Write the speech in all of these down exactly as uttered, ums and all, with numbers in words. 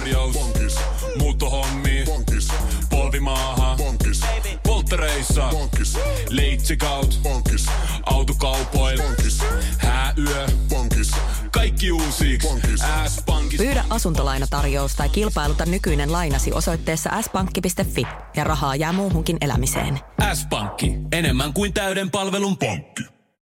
tarjous. Bonkis. Muuttohommi. Bonkis. Polvimaaha. Bonkis. Polttereissa. Bonkis. Leitsikaut. Bonkis. Autokaupoil. Bonkis. Hääyö. Bonkis. Kaikki uusi. S-pankki. Pyydä asuntolainatarjous tai kilpailuta nykyinen lainasi osoitteessa s pankki piste fi ja rahaa jää muuhunkin elämiseen. S-pankki. Enemmän kuin täyden palvelun pankki.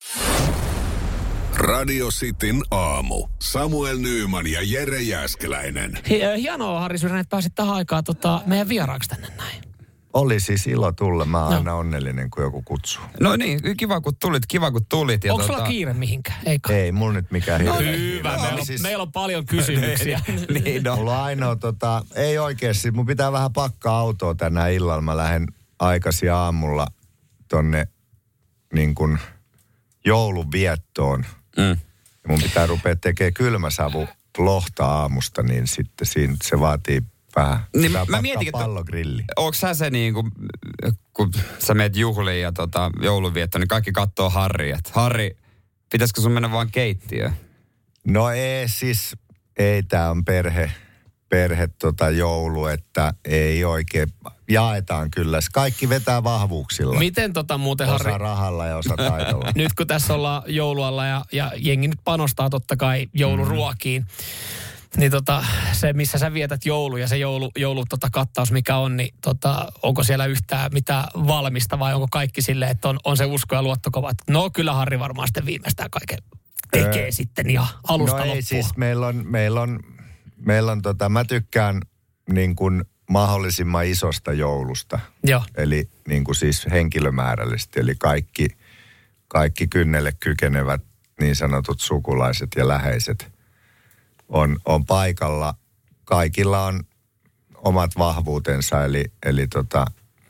Radio Cityn aamu. Samuel Nyyman ja Jere Jääskeläinen. Hienoa, Harri Syrjänen, että pääsit tähän aikaan tota, meidän vieraaksi tänne näin. Oli siis ilo tulla. Mä oon no. aina onnellinen, kun joku kutsuu. No niin, kiva kun tulit, kiva kun tulit. Onko tota... sulla kiire mihinkään? Eikä. Ei, mulla nyt mikään no, hirveä. Hyvä, meillä on, siis... meillä on paljon kysymyksiä. niin, no. Mulla on ainoa, tota, ei oikeasti, mun pitää vähän pakkaa autoa tänään illalla. Mä lähden aikaisin aamulla tonne niin kuin joulun viettoon. Mm. Ja mun pitää rupea tekemään kylmäsavu lohta aamusta, niin sitten siinä se vaatii vähän. Niin mä mietin, että onko sä se niin kuin, kun sä meet juhliin ja tota, joulunviettoon, niin kaikki katsoo Harria. Harri, pitäisikö sun mennä vaan keittiöön? No ei siis, ei tää on perhe, perhe tota joulu, että ei oikein, jaetaan kyllä. Kaikki vetää vahvuuksilla. Miten tota muuten, Harri? Osa rahalla ja osa taidolla. Nyt kun tässä ollaan joulualla ja, ja jengi nyt panostaa totta kai jouluruokiin, mm. niin tota, se missä sä vietät joulu ja se joulu, joulu tota kattaus mikä on, niin tota, onko siellä yhtään mitään valmista vai onko kaikki silleen, että on, on se usko ja luottokova? No kyllä Harri varmaan sitten viimeistään kaiken tekee öö, sitten ja alusta no ei loppuun. Siis meillä on, meillä on, meillä on tota, mä tykkään niin kuin mahdollisimman isosta joulusta. Joo. Eli niin kuin siis henkilömäärällisesti, eli kaikki, kaikki kynnelle kykenevät niin sanotut sukulaiset ja läheiset on, on paikalla. Kaikilla on omat vahvuutensa, eli, eli tota,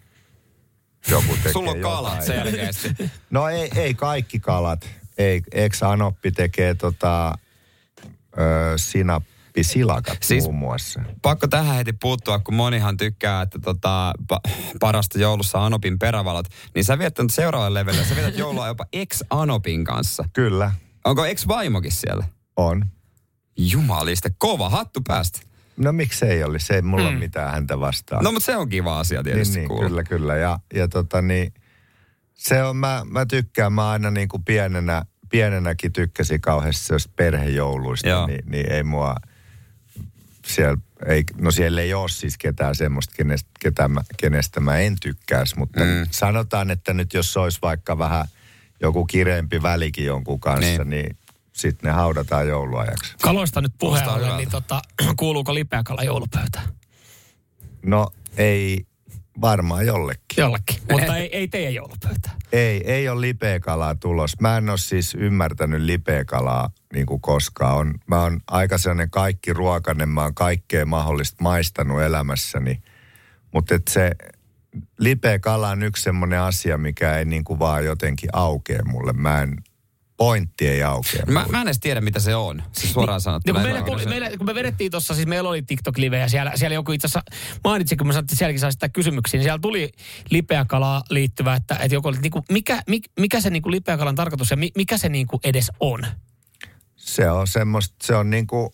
joku tekee sulla on kalat jotain. selkeästi. No ei, ei kaikki kalat. Ei, ex-anoppi tekee tota, ö, sinappisilakat siis muun muassa. Pakko tähän heti puuttua, kun monihan tykkää, että tota, pa- parasta joulussa Anopin perävalot. Niin sä viettänyt seuraavalle levelille. Sä vietät joulua jopa ex-Anopin kanssa. Kyllä. Onko ex-vaimokin siellä? On. Jumaliste, kova hattu päästä. No miksei olisi, se ei mulla hmm. ole mitään häntä vastaan. No mutta se on kiva asia tietysti niin, kuulla. Niin, kyllä, kyllä. Ja, ja tota niin, se on, mä, mä tykkään, mä aina niin kuin pienenä, pienenäkin tykkäsin kauheasti sellaista perhejouluista, niin, niin ei mua, siellä ei, no siellä ei ole siis ketään semmoista, kenestä, ketä mä, kenestä mä en tykkäisi, mutta mm. sanotaan, että nyt jos olisi vaikka vähän joku kireempi välikin jonkun kanssa, niin, niin sitten ne haudataan jouluajaksi. Kaloista nyt puheen ollen, niin tota, kuuluuko lipeäkala joulupöytään? No ei, varmaan jollekin. Jollekin, mutta ei, ei teidän joulupöytään. Ei, ei ole lipeäkalaa tulos. Mä en ole siis ymmärtänyt lipeäkalaa niin kuin koskaan. On, mä oon aika sellainen kaikki ruokainen, mä oon kaikkea mahdollista maistanut elämässäni. Mutta se lipeäkala on yksi semmoinen asia, mikä ei niin kuin vaan jotenkin aukea mulle. Mä en, pointti ei aukea. Mä, mä en edes tiedä, mitä se on. Siis suoraan sanottuna. Kun, meillä, kun, meillä, kun me vedettiin tuossa, siis meillä oli TikTok-live ja siellä, siellä joku itse asiassa mainitsi, kun mä sanoin, että sielläkin saa sitä kysymyksiä, niin siellä tuli lipeäkalaa liittyvä, että, että joku oli, niin kuin, mikä, mikä se niin kuin lipeäkalan tarkoitus ja mikä se niin kuin edes on? Se on semmoista, se on niin kuin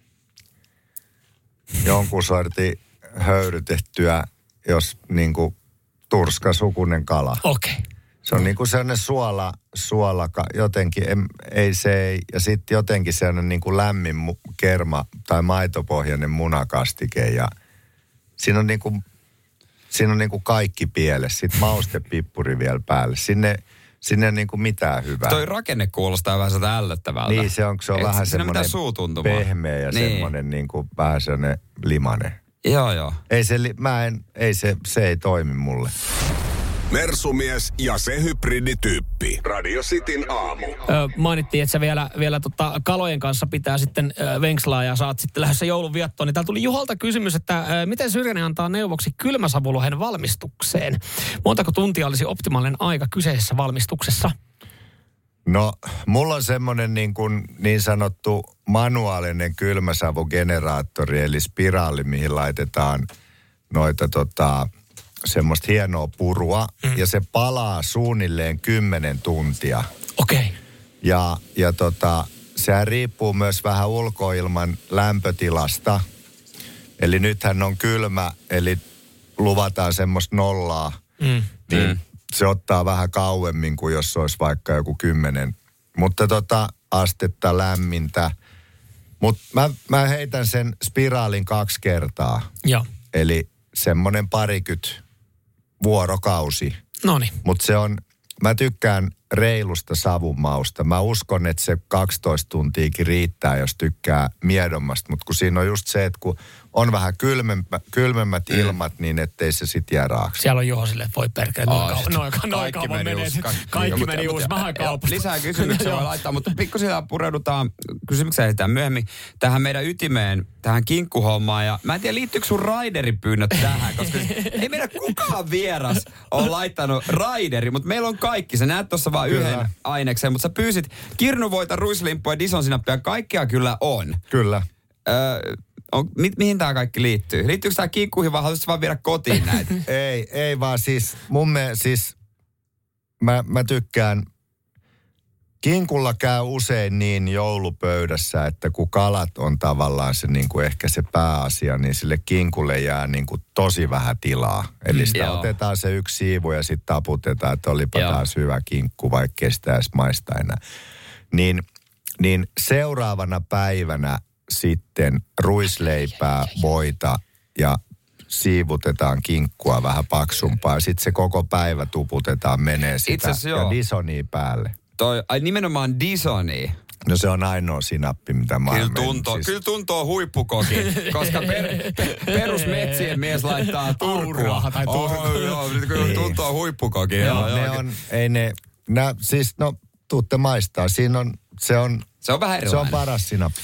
jonkun sortin höyrytettyä, jos niin kuin turskasukunen kala. Okei. Okay. Se on niin kuin sellainen suola, suola jotenkin, ei, ei se ei, ja sitten jotenkin sellainen niin kuin lämmin mu, kerma tai maitopohjainen munakastike ja siinä on niin kuin, siinä on niin kuin kaikki pielessä. Sitten maustepippuri vielä päälle. Sinne, sinne ei niin kuin mitään hyvää. Toi rakenne kuulostaa vähän sieltä ällöttävältä. Niin, se on, se on Et vähän semmoinen pehmeä ja niin. semmoinen niin kuin vähän semmoinen limainen. Joo, joo. Ei se, mä en, ei se, se ei toimi mulle. Mersumies ja se hybridityyppi. Radio Cityn aamu. Ö, mainittiin, että sä vielä, vielä tota kalojen kanssa pitää sitten ö, venkslaa ja saat sitten lähdössä joulun viettoon. Niin täällä tuli Juholta kysymys, että ö, miten Syrjänen antaa neuvoksi kylmäsavulohen valmistukseen? Montako tuntia olisi optimaalinen aika kyseisessä valmistuksessa? No, mulla on semmoinen niin, kuin niin sanottu manuaalinen kylmäsavugeneraattori, eli spiraali, mihin laitetaan noita tota... semmoista hienoa purua, mm. ja se palaa suunnilleen kymmenen tuntia. Okei. Okay. Ja, ja tota, sehän riippuu myös vähän ulkoilman lämpötilasta. Eli nythän on kylmä, eli luvataan semmoista nollaa. Mm. Niin Mm. se ottaa vähän kauemmin kuin jos olisi vaikka joku kymmenen. Mutta tota astetta lämmintä. Mutta mä, mä heitän sen spiraalin kaksi kertaa. Joo. Eli semmoinen parikyt vuorokausi. Noniin. Mutta se on, mä tykkään reilusta savunmausta. Mä uskon, että se kaksitoista tuntiakin riittää, jos tykkää miedommasta. Mutta kun siinä on just se, että kun on vähän kylmemmä, kylmemmät mm. ilmat, niin ettei se sit jää raaksi. Siellä on Juho silleen, voi perkele, noin kauan, noin, noin Kaikki kauan meni menee. uus, Kaikki, kaikki- kaikki mutta- meni uusi, mutta- vähän kaupasta. Lisää kysymyksiä voi laittaa, mutta pikkusen pureudutaan, kysymyksiä heitetään myöhemmin, tähän meidän ytimeen, tähän kinkkuhommaan. Ja mä en tiedä, liittyykö sun raideripyynnöt tähän, koska ei meidän kukaan vieras ole laittanut raideri, mutta meillä on kaikki. Sä näet tuossa vaan Kyllä. yhden aineksen, mutta sä pyysit kirnuvoita, ruislimppua ja disonsinappia, kaikkea kyllä on. Kyllä. Öö, on mi- mihin tää kaikki liittyy? Liittyykö tää kinkkuihin vai haluaisit vaan viedä kotiin näitä? Ei, ei vaan siis mun mielestä siis mä, mä tykkään, kinkulla käy usein niin joulupöydässä, että kun kalat on tavallaan se niin kuin ehkä se pääasia, niin sille kinkulle jää niin kuin tosi vähän tilaa. Eli sitä Joo. otetaan se yksi siivu ja sitten taputetaan, että olipa Joo. taas hyvä kinkku, vaikka ei sitä edes maista enää. Niin, niin seuraavana päivänä sitten ruisleipää, voita ja siivutetaan kinkkua vähän paksumpaa. Sitten se koko päivä tuputetaan, menee Itse sitä asiassa ja joo. disonia päälle. Toi, ai nimenomaan Disoni. No se on ainoa sinappi, mitä mä Kyllä oon mennyt tuntuu, siis. kyllä tuntuu huippukoki, koska per, per, perusmetsien mies laittaa turkua. Auraa tai turkua. Oh, joo, kyllä tuntuu huippukoki. Joo, Ne joo. on, ei ne, nää, siis no, tuutte maistaa. Siinä on, se on, Se on vähän se on erilainen. paras sinappi.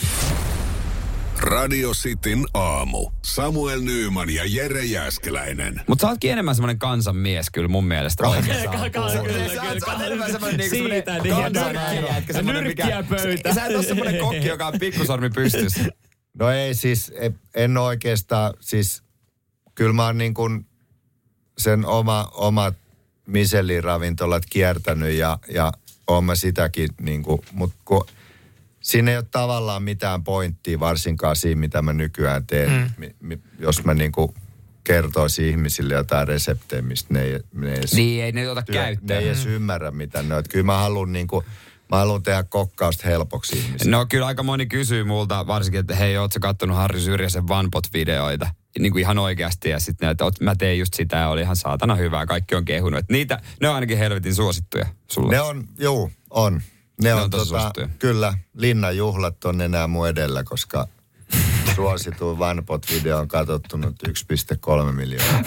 Radio Cityn aamu. Samuel Nyyman ja Jere Jääskeläinen. Mutta sä ootkin enemmän semmoinen kansanmies kyllä mun mielestä oikeasti. Kyllä, kyllä, kyllä, Sä oot- sä oot kyllä. enemmän semmoinen niinku Siitä, semmoinen niin, kansanäijä, etkä semmoinen mikä... nyrkkiä pöytä. Sä et ole semmoinen kokki, joka on pikkusormi pystyssä. No ei siis, e- en oikeastaan, siis kyllä mä oon niin kuin sen oma, omat Michelin-ravintolat kiertänyt ja, ja oon mä sitäkin niin kuin, mutta kun siinä ei ole tavallaan mitään pointtia, varsinkaan siinä, mitä mä nykyään teen. Mm. Mi, mi, jos mä niin kuin kertoisin ihmisille jotain reseptejä, mistä ne ei, ne ei edes, Niin, ei ne ota työ, ne käyttöön. ei edes ymmärrä, mitä ne on. Että kyllä mä haluan niin kuin, mä haluan tehdä kokkausta helpoksi ihmisille. No kyllä aika moni kysyy multa, varsinkin, että hei, ootko sä kattonut Harri Syrjäsen OnePot-videoita? Niin kuin ihan oikeasti. Ja sitten että oot- mä teen just sitä ja oli ihan saatana hyvää. Kaikki on kehunut. Että niitä, ne on ainakin helvetin suosittuja sulla. Ne on, juu, on. Ne on, on tosi tota, suosittuja. kyllä, linnanjuhlat on enää mun edellä, koska suosituin OnePot-video on katsottu nyt yksi pilkku kolme miljoonaa.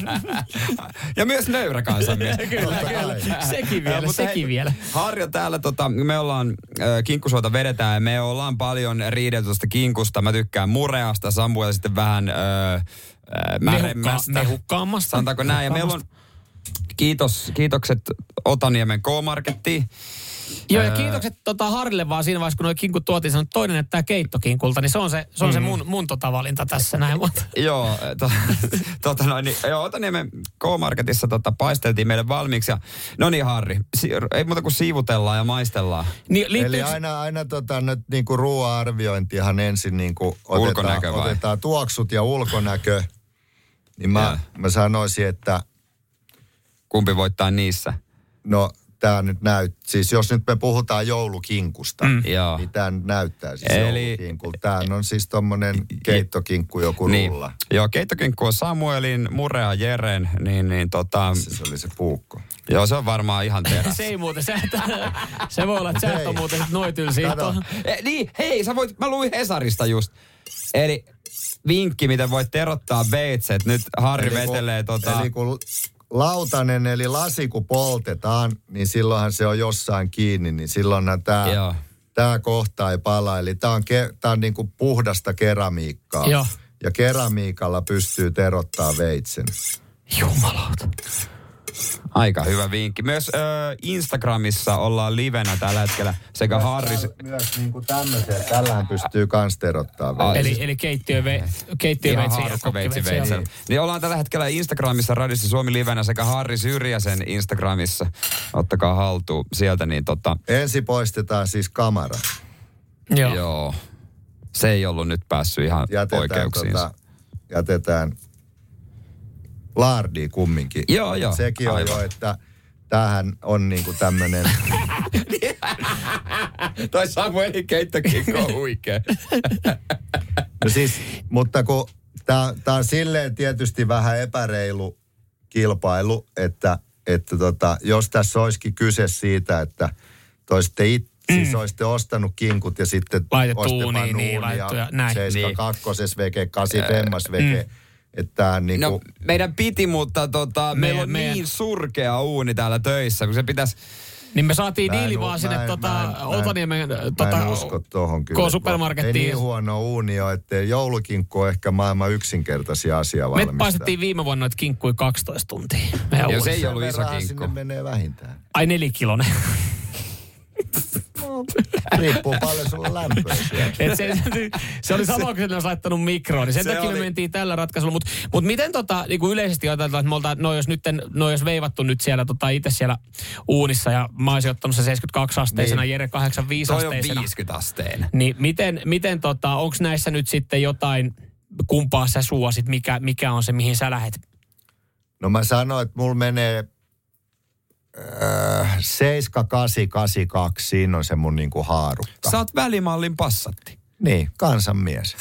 Ja myös nöyrä kansanmies. Kyllä, kyllä. Sekin vielä, Mutta sekin hei, vielä. Harjo täällä, tota, me ollaan äh, kinkkusuota vedetään ja me ollaan paljon riidelty tuosta kinkusta. Mä tykkään mureasta, Samuel sitten vähän äh, äh, märemmästä. Mehukkaammasta. Sanotaanko näin. Ja meillä on kiitos, kiitokset Otaniemen K-Markettiin. Joo, ja Öö. kiitokset tota Harille vaan siinä vaiheessa, kun nuo kinkut tuotiin, sanoi, että toinen näyttää keittokinkulta, niin se on se, se, on se mun, mun tota valinta tässä näin. Mutta Joo, to, tota noin, niin, joo, Otaniemen K-Marketissa tota, paisteltiin meille valmiiksi. Ja, no niin, Harri, si, ei muuta kuin siivutellaan ja maistellaan. niin, Eli liittyykö, aina, aina tota, nyt niinku ruoan-arviointihan ensin niinku Ulkonäkö otetaan, vai? otetaan tuoksut ja ulkonäkö. Niin mä, mä sanoisin, että Kumpi voittaa niissä? no tää nyt näyt, siis jos nyt me puhutaan joulukinkusta, mm. Joo. niin tää nyt näyttää siis Eli- joulukinkulta. Tää on siis tommonen keittokinkku, joku Niin. rulla. Joo, keittokinkku on Samuelin, Murea Jeren, niin, niin tota, Se oli se puukko. joo, se on varmaan ihan teräs. se ei muuten, se, se voi olla, että sä et Hei. ole muuten sit noin tylsiä. Kato. Eh, niin, hei, sä voit, mä luin Hesarista just. Eli vinkki, miten voit terottaa veitset. Nyt Harri Eli kun- vetelee tota... Eli kun lautanen eli lasi kun poltetaan, niin silloinhan se on jossain kiinni, niin silloinhan tämä Joo. tää kohta ei pala. Eli tämä on, ke, tää on niinku puhdasta keramiikkaa. Joo. Ja keramiikalla pystyy terottaa veitsen. Jumalauta. Aika hyvä vinkki. Myös ö, Instagramissa ollaan livenä tällä hetkellä sekä Harri... Myös niinku tämmöiseen, tällähän pystyy kans terottaa veitsen. Eli, eli keittiöve, Ihan keittiöveitsi ja haarukka veitsi kokkiveitsi. veitsen. Niin ollaan tällä hetkellä Instagramissa Radissa Suomi livenä sekä Harri Syrjäsen Instagramissa. Ottakaa haltuun sieltä, niin tota... Ensin poistetaan siis kamera. Joo. Joo. Se ei ollut nyt päässyt ihan Jätetään oikeuksiinsa. tota jätetään laardia kumminkin. Joo, joo. Sekin on aivan. jo, että tämähän on niinku tämmönen... Toi Samuelin keittokin on huikea. No siis, mutta kun tää, tää on silleen tietysti vähän epäreilu kilpailu, että, että tota, jos tässä olisikin kyse siitä, että toisitte it, mm. siis olisitte ostanut kinkut ja sitten laitettu olisitte uuniin, pannut niin, uunia, laitettu ja näin. seiska Niin. kakkoses veke, kasi femmas veke, Mm. että niinku... No meidän piti, mutta tota, Meidän- meillä on meidän- niin surkea uuni täällä töissä, kun se pitäisi... Niin me saatiin Mä en diili u- vaan mä sinne en- tota, mä en- mä en- Otaniemen Mä tota, en usko tohon kyllä. K supermarkettiin. Ei niin huono uuni ole, että joulukinkku on ehkä maailman yksinkertaisia asia Me valmistaa. paistettiin viime vuonna noita kinkkui kaksitoista tuntia. Meidän Joo, uunissa. se ei Sen ollut iso verran kinkku. sinne menee vähintään. Ai nelikilonen. Riippuu paljon sulla lämpöä siellä. Et se, se oli sama, kun se olisi laittanut mikroon. Niin sen Se takia oli. me mentiin tällä ratkaisulla. Mutta mut miten tota, niinku yleisesti ajatellaan, että me oltaan, no jos nyt, no jos veivattu nyt siellä tota itse siellä uunissa ja mä olisin ottanut se seitsemänkymmentäkaksi asteisena, Niin. Jere kahdeksankymmentäviisi Toi on asteisena. viisikymmentä asteen. Niin miten, miten tota, onko näissä nyt sitten jotain, kumpaa sä suosit, mikä, mikä on se, mihin sä lähet? No mä sanoin, että mulla menee äh, seitsemän kahdeksan kahdeksan kaksi, siinä on se mun niinku haarukka. Sä oot välimallin passatti. Niin, kansanmies.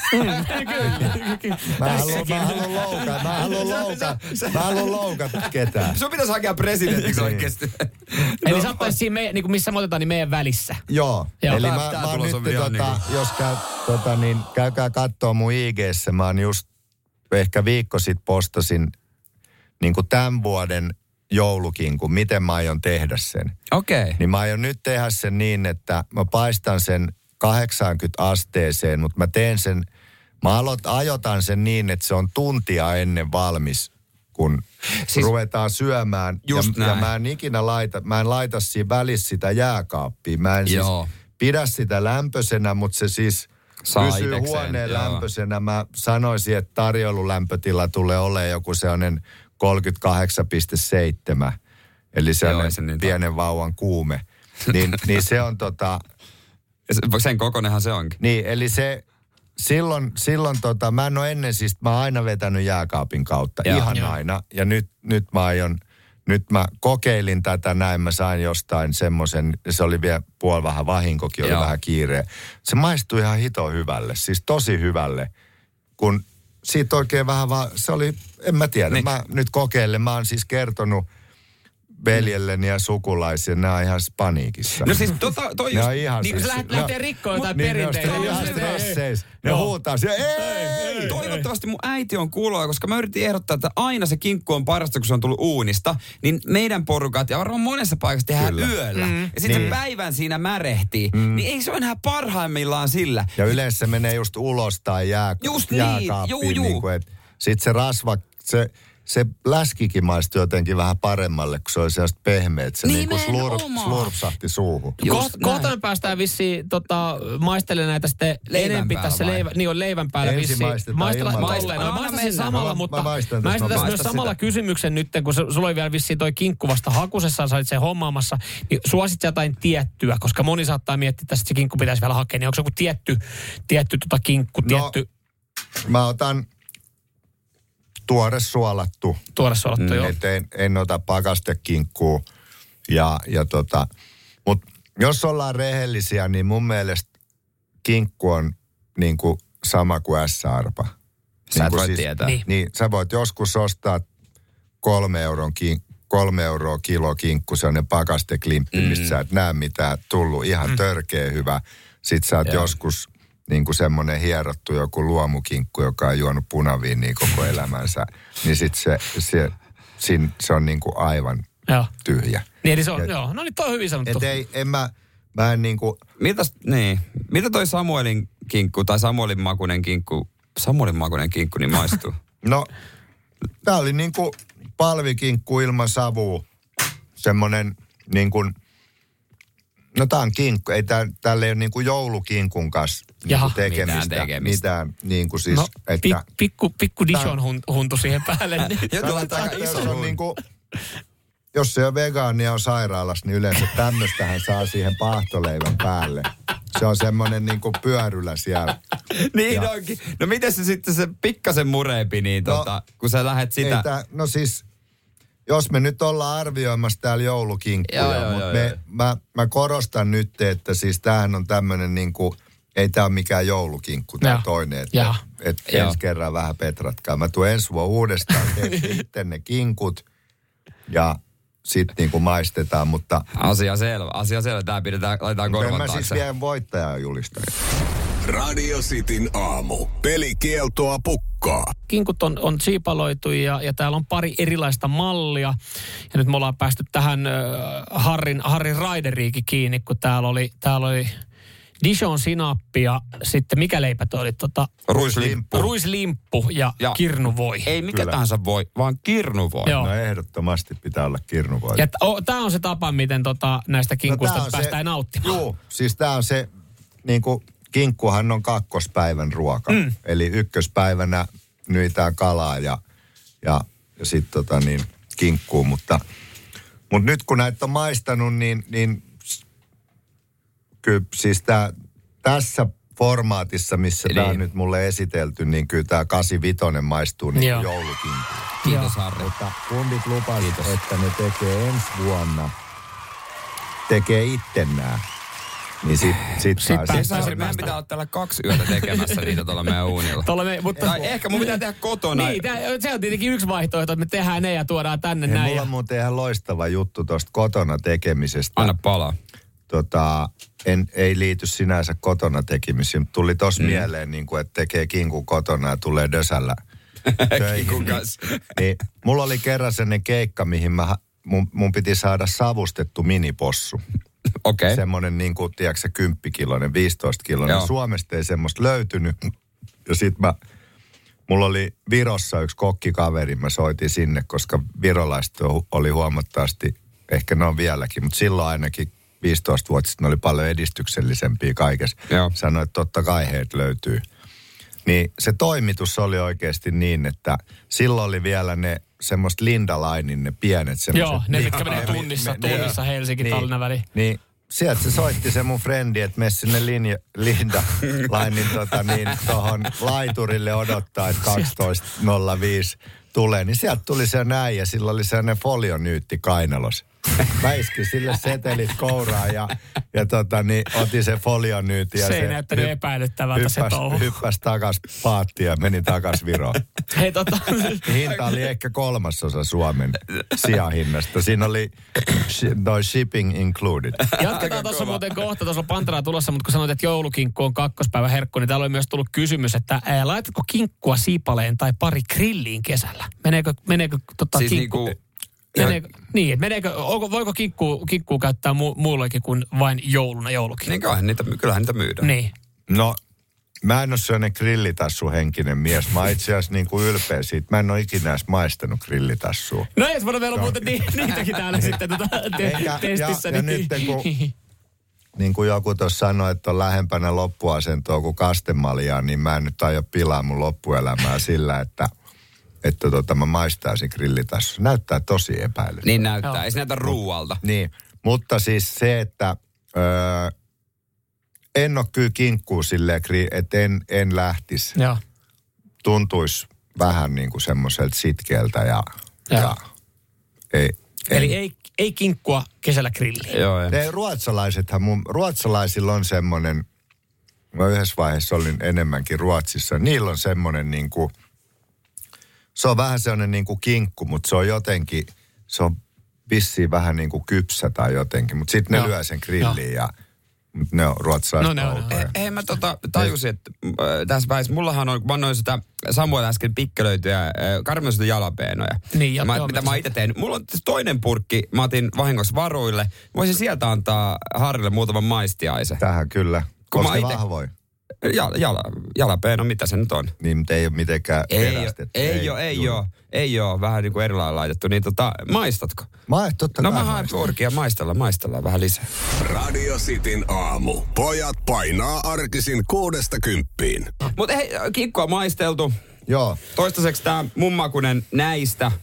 Kyllä. Mä haluan, mä haluan loukata, mä haluan loukata, mä haluan loukata ketään. Sun pitäisi hakea presidentiksi Niin. oikeesti. Eli sä ottaisit siinä, meidän, niin kuin missä me otetaan, niin meidän välissä. Joo, Joo. eli Tää- mä, tää mä oon tulos nyt, on vielä tota, niinku- jos käy, tota, niin, käykää kattoo mun I G:ssä, mä oon just ehkä viikko sit postasin niin kuin tämän vuoden joulukinkun, miten mä aion tehdä sen. Okei. Okay. Niin mä aion nyt tehdä sen niin, että mä paistan sen kahdeksankymmentä asteeseen, mutta mä teen sen, mä aloit, ajotan sen niin, että se on tuntia ennen valmis, kun Siis- siis, ruvetaan syömään. Just ja, ja näin. mä en ikinä laita, mä en laita siinä välissä sitä jääkaappia. Mä en Joo. siis pidä sitä lämpöisenä, mutta se siis Saa pysyy itekseen, huoneen joo. lämpöisenä. Mä sanoisin, että tarjoilulämpötila tulee olemaan joku sellainen kolmekymmentäkahdeksan pilkku seitsemän. Eli sellainen se niin pienen vauvan kuume. Niin, niin se on tota... Sen kokonenhan se onkin. Niin, eli se... Silloin, silloin tota, mä en ole ennen siis, mä oon aina vetänyt jääkaapin kautta. Joo. Ihan Joo. aina. Ja nyt, nyt mä aion... Nyt mä kokeilin tätä näin, mä sain jostain semmoisen, se oli vielä puoli vähän vahinkokin, oli Joo. vähän kiireä. Se maistui ihan hito hyvälle, siis tosi hyvälle. Kun siitä oikein vähän vaan, se oli, en mä tiedä, Niin. mä nyt kokeilen. Mä oon siis kertonut veljelleni ja sukulaisille, nämä on ihan paniikissa. No siis tota, toi Ne just... on ihan Niin kun sä siis- lähdet no- lähtee rikkoon jotain niin, ne on perinteitä. sitten ihan Just näin. stresseis. Ne Joo. huutaa siellä, ei, ei. Toivottavasti mun äiti on kuulolla, koska mä yritin ehdottaa, että aina se kinkku on parasta, kun se on tullut uunista. Niin meidän porukat, ja varmaan monessa paikassa tehdään Kyllä. yöllä. Mm. Ja sitten Niin. se päivän siinä märehtii. Mm. Niin ei se ole enää parhaimmillaan sillä. Ja yleensä se menee just ulos tai jää, Just niin, jääkaappiin. juu, juu. Niin kuin, sitten se rasva, se, se läskikin maistui jotenkin vähän paremmalle, kun se oli sellaista pehmeät. Se niin kuin slurp, Nimenomaan. slurpsahti suuhun. Just Koht, näin. kohta me päästään vissiin tota, maistelemaan näitä sitten Leivän enempi päällä tässä vai? leivän, niin on leivän päällä Ensin vissiin. maistetaan Maistellaan ilman tolleen. leivää. No, Anna maistasin mennä. samalla, Mä- mutta mä maistan tässä, maistan mä tässä myös maistan samalla sitä. kysymyksen nyt, kun se, sulla oli vielä vissiin toi kinkku vasta hakusessa, sä olit sen hommaamassa, niin suosit sä jotain tiettyä, koska moni saattaa miettiä, että se kinkku pitäisi vielä hakea, niin onko se joku tietty, tietty tota kinkku, No, tietty Mä otan tuore suolattu. tuore suolattu, joo. Et en, en ota pakastekinkkuu. Ja, ja tota, mut jos ollaan rehellisiä, niin mun mielestä kinkku on niin kuin sama kuin S-arpa. Sä et kuin voi tietää. Niin. Niin, sä voit joskus ostaa kolme, euron kin, kolme euroa kilo kinkku, se on ne pakasteklimppi, mm. mistä sä et näe mitään tullut. Ihan mm. törkeä hyvä. Sitten sä oot Joo. joskus niin kuin semmoinen hierottu joku luomukinkku, joka on juonut punaviiniä koko elämänsä. Niin sit se, se, sin, se on niin kuin aivan Joo. tyhjä. Niin, eli se on, Et- joo. No niin, toi on hyvin sanottu. Et ei, en mä, mä en niin kuin, Mitäs, niin. Mitä toi Samuelin kinkku tai Samuelin makunen kinkku, Samuelin makunen kinkku niin maistuu? no, tää oli niin kuin palvikinkku ilman savua. Semmonen niin kuin, no tää on kinkku. Ei tää, täällä ei ole niin kuin joulukinkun kanssa niin Jaha. kuin tekemistä. Mitään tekemistä. Mitään niin kuin siis, No, pi, että... pikku, pikku Tää- Dijon hun, huntu siihen päälle. Niin. Ja tuolla Sanotaan, aika että iso jos on huun. niin kuin, jos se on vegaania on sairaalassa, niin yleensä tämmöistähän saa siihen paahtoleivän päälle. Se on semmoinen niinku pyörylä siellä. Niin ja, onkin. No miten se sitten se pikkasen mureempi, niin no, tota, kun sä lähet sitä... Tää, no siis, jos me nyt ollaan arvioimassa täällä joulukinkkuja, mutta me, mä, mä korostan nyt, että siis tämähän on tämmöinen niinku... Ei tää ole mikään joulukinkku, tää toinen. Että et ensi kerran vähän petratkaa. Mä tuun ensi vuonna uudestaan, teen sitten ne kinkut ja sitten niinku maistetaan, mutta... Asia selvä, asia selvä. Tää pidetään, laitetaan korvan taakse. Mä siis vielä voittajaa julistan. Radio Cityn aamu. Pelikieltoa pukkaa. Kinkut on, on siipaloitu ja, ja täällä on pari erilaista mallia. Ja nyt me ollaan päästy tähän äh, Harrin, Harrin Raideriikin kiinni, kun täällä oli... Täällä oli Dijon sinappi ja sitten mikä leipä toi oli? Tota, ruislimppu. Ruislimppu ja, ja kirnuvoi. Ei mikä Kyllä. tahansa voi, vaan kirnuvoi. Joo. No ehdottomasti pitää olla kirnuvoi. Ja oh, tää on se tapa, miten tota, näistä kinkuista no, päästään se, nauttimaan. Joo, siis tää on se, niinku kinkkuhan on kakkospäivän ruoka. Mm. Eli ykköspäivänä nyitään kalaa ja, ja, ja sitten tota niin, kinkkuu. Mutta, mutta nyt kun näitä on maistanut, niin... niin kyllä siis tää, tässä formaatissa, missä niin. Tämä on nyt mulle esitelty, niin kyllä tämä kahdeksankymmentäviisi maistuu niin kuin joulukinkku. Kiitos Harri. Mutta kundit lupasivat, että ne tekee ensi vuonna, tekee itse nämä. Niin sit, sit, sit saa. Siis saa meidän pitää olla täällä kaksi yötä tekemässä niitä tuolla meidän uunilla. Me, mutta, tai ehkä mun pitää tehdä kotona. Niin, tää, se on tietenkin yksi vaihtoehto, että me tehdään ne ja tuodaan tänne ja näin. Mulla on muuten ihan loistava juttu tuosta kotona tekemisestä. Anna palaa. Tota, en, ei liity sinänsä kotona tekemisiin, mutta tuli tossa mm. mieleen, niin kuin, että tekee kinkun kotona ja tulee dösällä töihin. Niin, mulla oli kerran sellainen keikka, mihin mä, mun, mun piti saada savustettu minipossu. Okei. Okay. Semmoinen niin kuin, tiedätkö kymppikiloinen, viisitoistakiloinen. Joo. Suomesta ei semmoista löytynyt. Ja sit mä, mulla oli Virossa yksi kokkikaveri, mä soitin sinne, koska virolaiset oli huomattavasti, ehkä ne on vieläkin, mutta silloin ainakin viisitoista vuotta sitten oli paljon edistyksellisempiä kaikessa. Joo. Sanoi, että totta kai heitä löytyy. Niin se toimitus oli oikeasti niin, että silloin oli vielä ne semmoista Linda Linein, ne pienet semmoiset. Joo, ne mitkä menee tunnissa, me, tunnissa ne, Helsinki-Tallinnan väliin. Niin, sieltä se soitti se mun frendi, että mene sinne linja, Linda Linein tota niin, tohon laiturille odottaa, että kaksitoista nolla viisi tulee. Niin sieltä tuli se näin ja sillä oli sellainen folionyytti kainalossa. Mä iskin sille setelit kouraan ja, ja tota, niin, otin se folionyytin. Se, se ei näyttänyt hypp, epäilyttävältä se touhu. Hyppäsi takas paattiin ja meni takas Viroon. Hei tota... Hinta oli ehkä kolmasosa Suomen sijahinnasta. Siinä oli no shipping included. Jatketaan tuossa muuten kohta. Tuossa on Panteraa tulossa, mutta kun sanoit, että joulukinkku on kakkospäivä herkku, niin täällä oli myös tullut kysymys, että ää, laitatko kinkkua siipaleen tai pari grilliin kesällä? Meneekö, meneekö tota, siis kinkku... Niinku... Meneekö, niin, meneekö, onko, voiko kinkku, kinkkuu käyttää mu, muullekin kuin vain jouluna joulukin? Niin kyllähän niitä, kyllähän niitä myydään. Niin. No, mä en ole sellainen grillitassuhenkinen mies. Mä oon itse asiassa niin kuin ylpeä siitä. Mä en ole ikinä edes maistanut grillitassua. No ei, meillä on muuten ni, niitäkin täällä sitten tuota, te, Eikä, testissä. Ja, niin. ja nyt kun, niin kuin joku tuossa sanoi, että on lähempänä loppuasentoa kuin kastemaljaa, niin mä en nyt aio pilaa mun loppuelämää sillä, että... että tota, mä maistaisin grillitassu. Näyttää tosi epäilystä. Niin näyttää. Ei se näytä ruualta. Niin, mutta siis se, että öö, en ole kyllä kinkkuu silleen, että en, en lähtisi. Joo. Tuntuisi vähän niin kuin semmoiselta sitkeältä ja, ja ei. Eli ei, ei kinkkua kesällä grilliin. Joo, ei. Ruotsalaisethan mun, ruotsalaisilla on semmoinen, mä yhdessä vaiheessa olin enemmänkin Ruotsissa, niillä on semmoinen niin kuin, se on vähän sellainen niin kuin kinkku, mutta se on jotenkin, se on vissiin vähän niin kuin kypsä tai jotenkin. Mutta sitten ne no. lyö sen grilliin ja ne on ruotsalaiset. No ne on. Hei mä tota, tajusin, että äh, tässä välissä, mullahan on, kun mä annoin sitä Samuel äsken pikkelöityjä, äh, karmioita jalapeenoja. Niin, ja mä, mitä mä itse tein. Mulla on toinen purkki, mä otin vahingossa varuille. Voisin sieltä antaa Harrille muutaman maistiaisen. Tähän kyllä. Koska ite... vahvoi. Jala, jala, jalapeeno, mitä se nyt on? Niin, mutta ei ole mitenkään perästetty. Ei, ei, ei ole, ei ole. Ei ole, vähän niin kuin erilailla laitettu. Niin tota, maistatko? Ma, totta no mä haen purkia, maistellaan, maistellaan vähän lisää. Radio Cityn aamu. Pojat painaa arkisin kuudesta kymppiin. Mutta hei, kinkkua maisteltu. Joo. Toistaiseksi tää mummakunen näistä.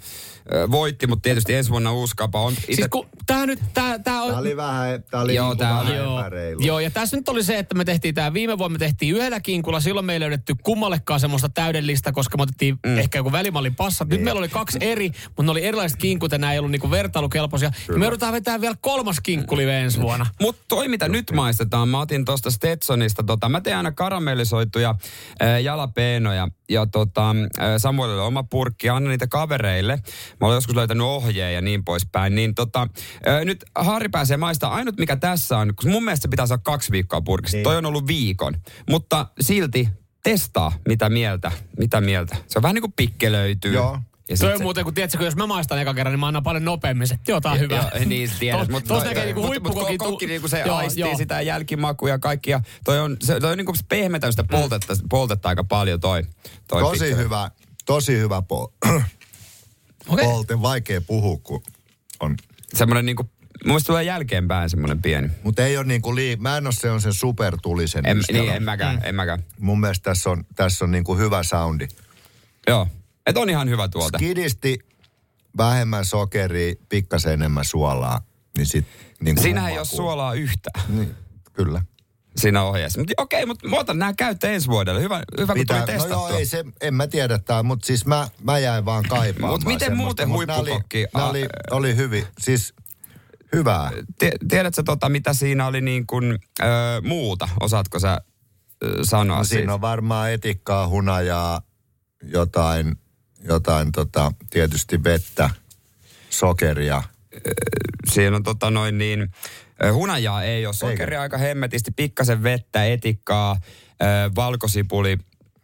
voitti, mutta tietysti ensi vuonna uusi kapa on. Ite... Siis kun tää nyt, tää, tää on... Tää oli vähän, tää oli Joo, niinku tää vähän oli- epäreilu. Joo, ja tässä nyt oli se, että me tehtiin tämä viime vuonna, me tehtiin yhdellä kinkulla, silloin me ei löydetty kummallekaan semmoista täydellistä, koska me otettiin mm. ehkä joku välimallin passat. Nyt Niin. meillä oli kaksi eri, mutta ne oli erilaiset kinkut ja nämä ei ollut niinku vertailukelpoisia. Ja me joudutaan vetämään vielä kolmas kinkkuli ensi vuonna. Mutta toi, mitä nyt maistetaan, mä otin tuosta Stetsonista, tota, mä teen aina karamellisoituja ää, jalapeenoja ja tota, ää, Samuelille oma purkki, annan niitä kavereille. Mä olen joskus löytänyt ohjeen ja niin poispäin. Niin tota, ää, nyt Harri pääsee maistamaan. Ainut mikä tässä on, kun mun mielestä se pitää saada kaksi viikkoa purkista. Niin. Toi on ollut viikon. Mutta silti testaa, mitä mieltä, mitä mieltä. Se on vähän niin kuin pikke löytyy. Joo. Ja Toi sit on se- muuten, kun tiedätkö, kun jos mä maistan eka kerran, niin mä annan paljon nopeammin se. Joo, tää on hyvä. Joo, niin tiedät. To- Mutta Tuossa näkee niinku mut, huippukokin. mut kokki niinku se Joo, aistii joo. sitä jälkimakua ja kaikkia. Toi on, se, toi on niinku pehmetänyt sitä poltetta, poltetta aika paljon toi. toi Tosi pikku- hyvä, tosi hyvä pol- Okei. polte. Vaikea puhua, kun on. Semmoinen niinku, mun mielestä tulee jälkeenpäin semmoinen pieni. Mutta ei ole niinku lii... Mä en ole se on sen supertulisen En, ystävä. niin, en mäkään, mm. en mäkään. Mun mielestä tässä on, tässä on niinku hyvä soundi. Joo. Et on ihan hyvä tuolta. Skidisti, vähemmän sokeria, pikkasen enemmän suolaa. Niin sit, niinku Siinähän ei mun ole makuun. suolaa yhtään Niin, kyllä. siinä ohjeessa. Mutta okei, mutta mä otan nämä käyttöön ensi vuodelle. Hyvä, hyvä kun tuli no testattua. joo, ei se, en mä tiedä tää, mutta siis mä, mä jäin vaan kaipaamaan. Mut miten semmoista, muuten mut nää huippukokki- Oli, nää oli, oli hyvin, siis hyvää. Tie- Tiedätkö tota, mitä siinä oli niin kuin ö, muuta? Osaatko sä ö, sanoa No, siitä? siinä on varmaan etikkaa, hunajaa, jotain, jotain tota, tietysti vettä, sokeria. Siinä on tota noin niin, ö, hunajaa ei ole, sokeria aika hemmetisti, pikkasen vettä, etikkaa, ö, valkosipuli,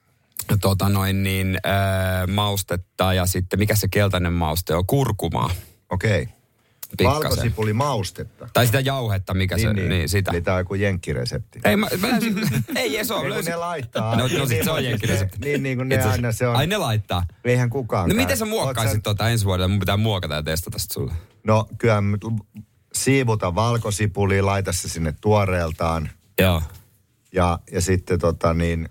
tota noin niin, ö, maustetta ja sitten, mikä se keltainen mauste on, kurkumaa. Okei. Okay. Pikkasen. Valkosipuli maustetta. Tai sitä jauhetta, mikä niin, se, niin, niin sitä. Eli tää on joku jenkkiresepti. Ei, mä, mä löysin, ei Jeso, Ei, kun löysin. ne laittaa. No, no sit se on niin, jenkkiresepti. Niin, niin kuin ne Itse- aina se on. Ai ne laittaa. Eihän kukaan. No miten sä muokkaisit tuota ensi vuodelle? Mun pitää muokata ja testata sitä sulle. No kyllä m- siivuta valkosipulia, laita se sinne tuoreeltaan. Joo. Ja, ja sitten tota niin,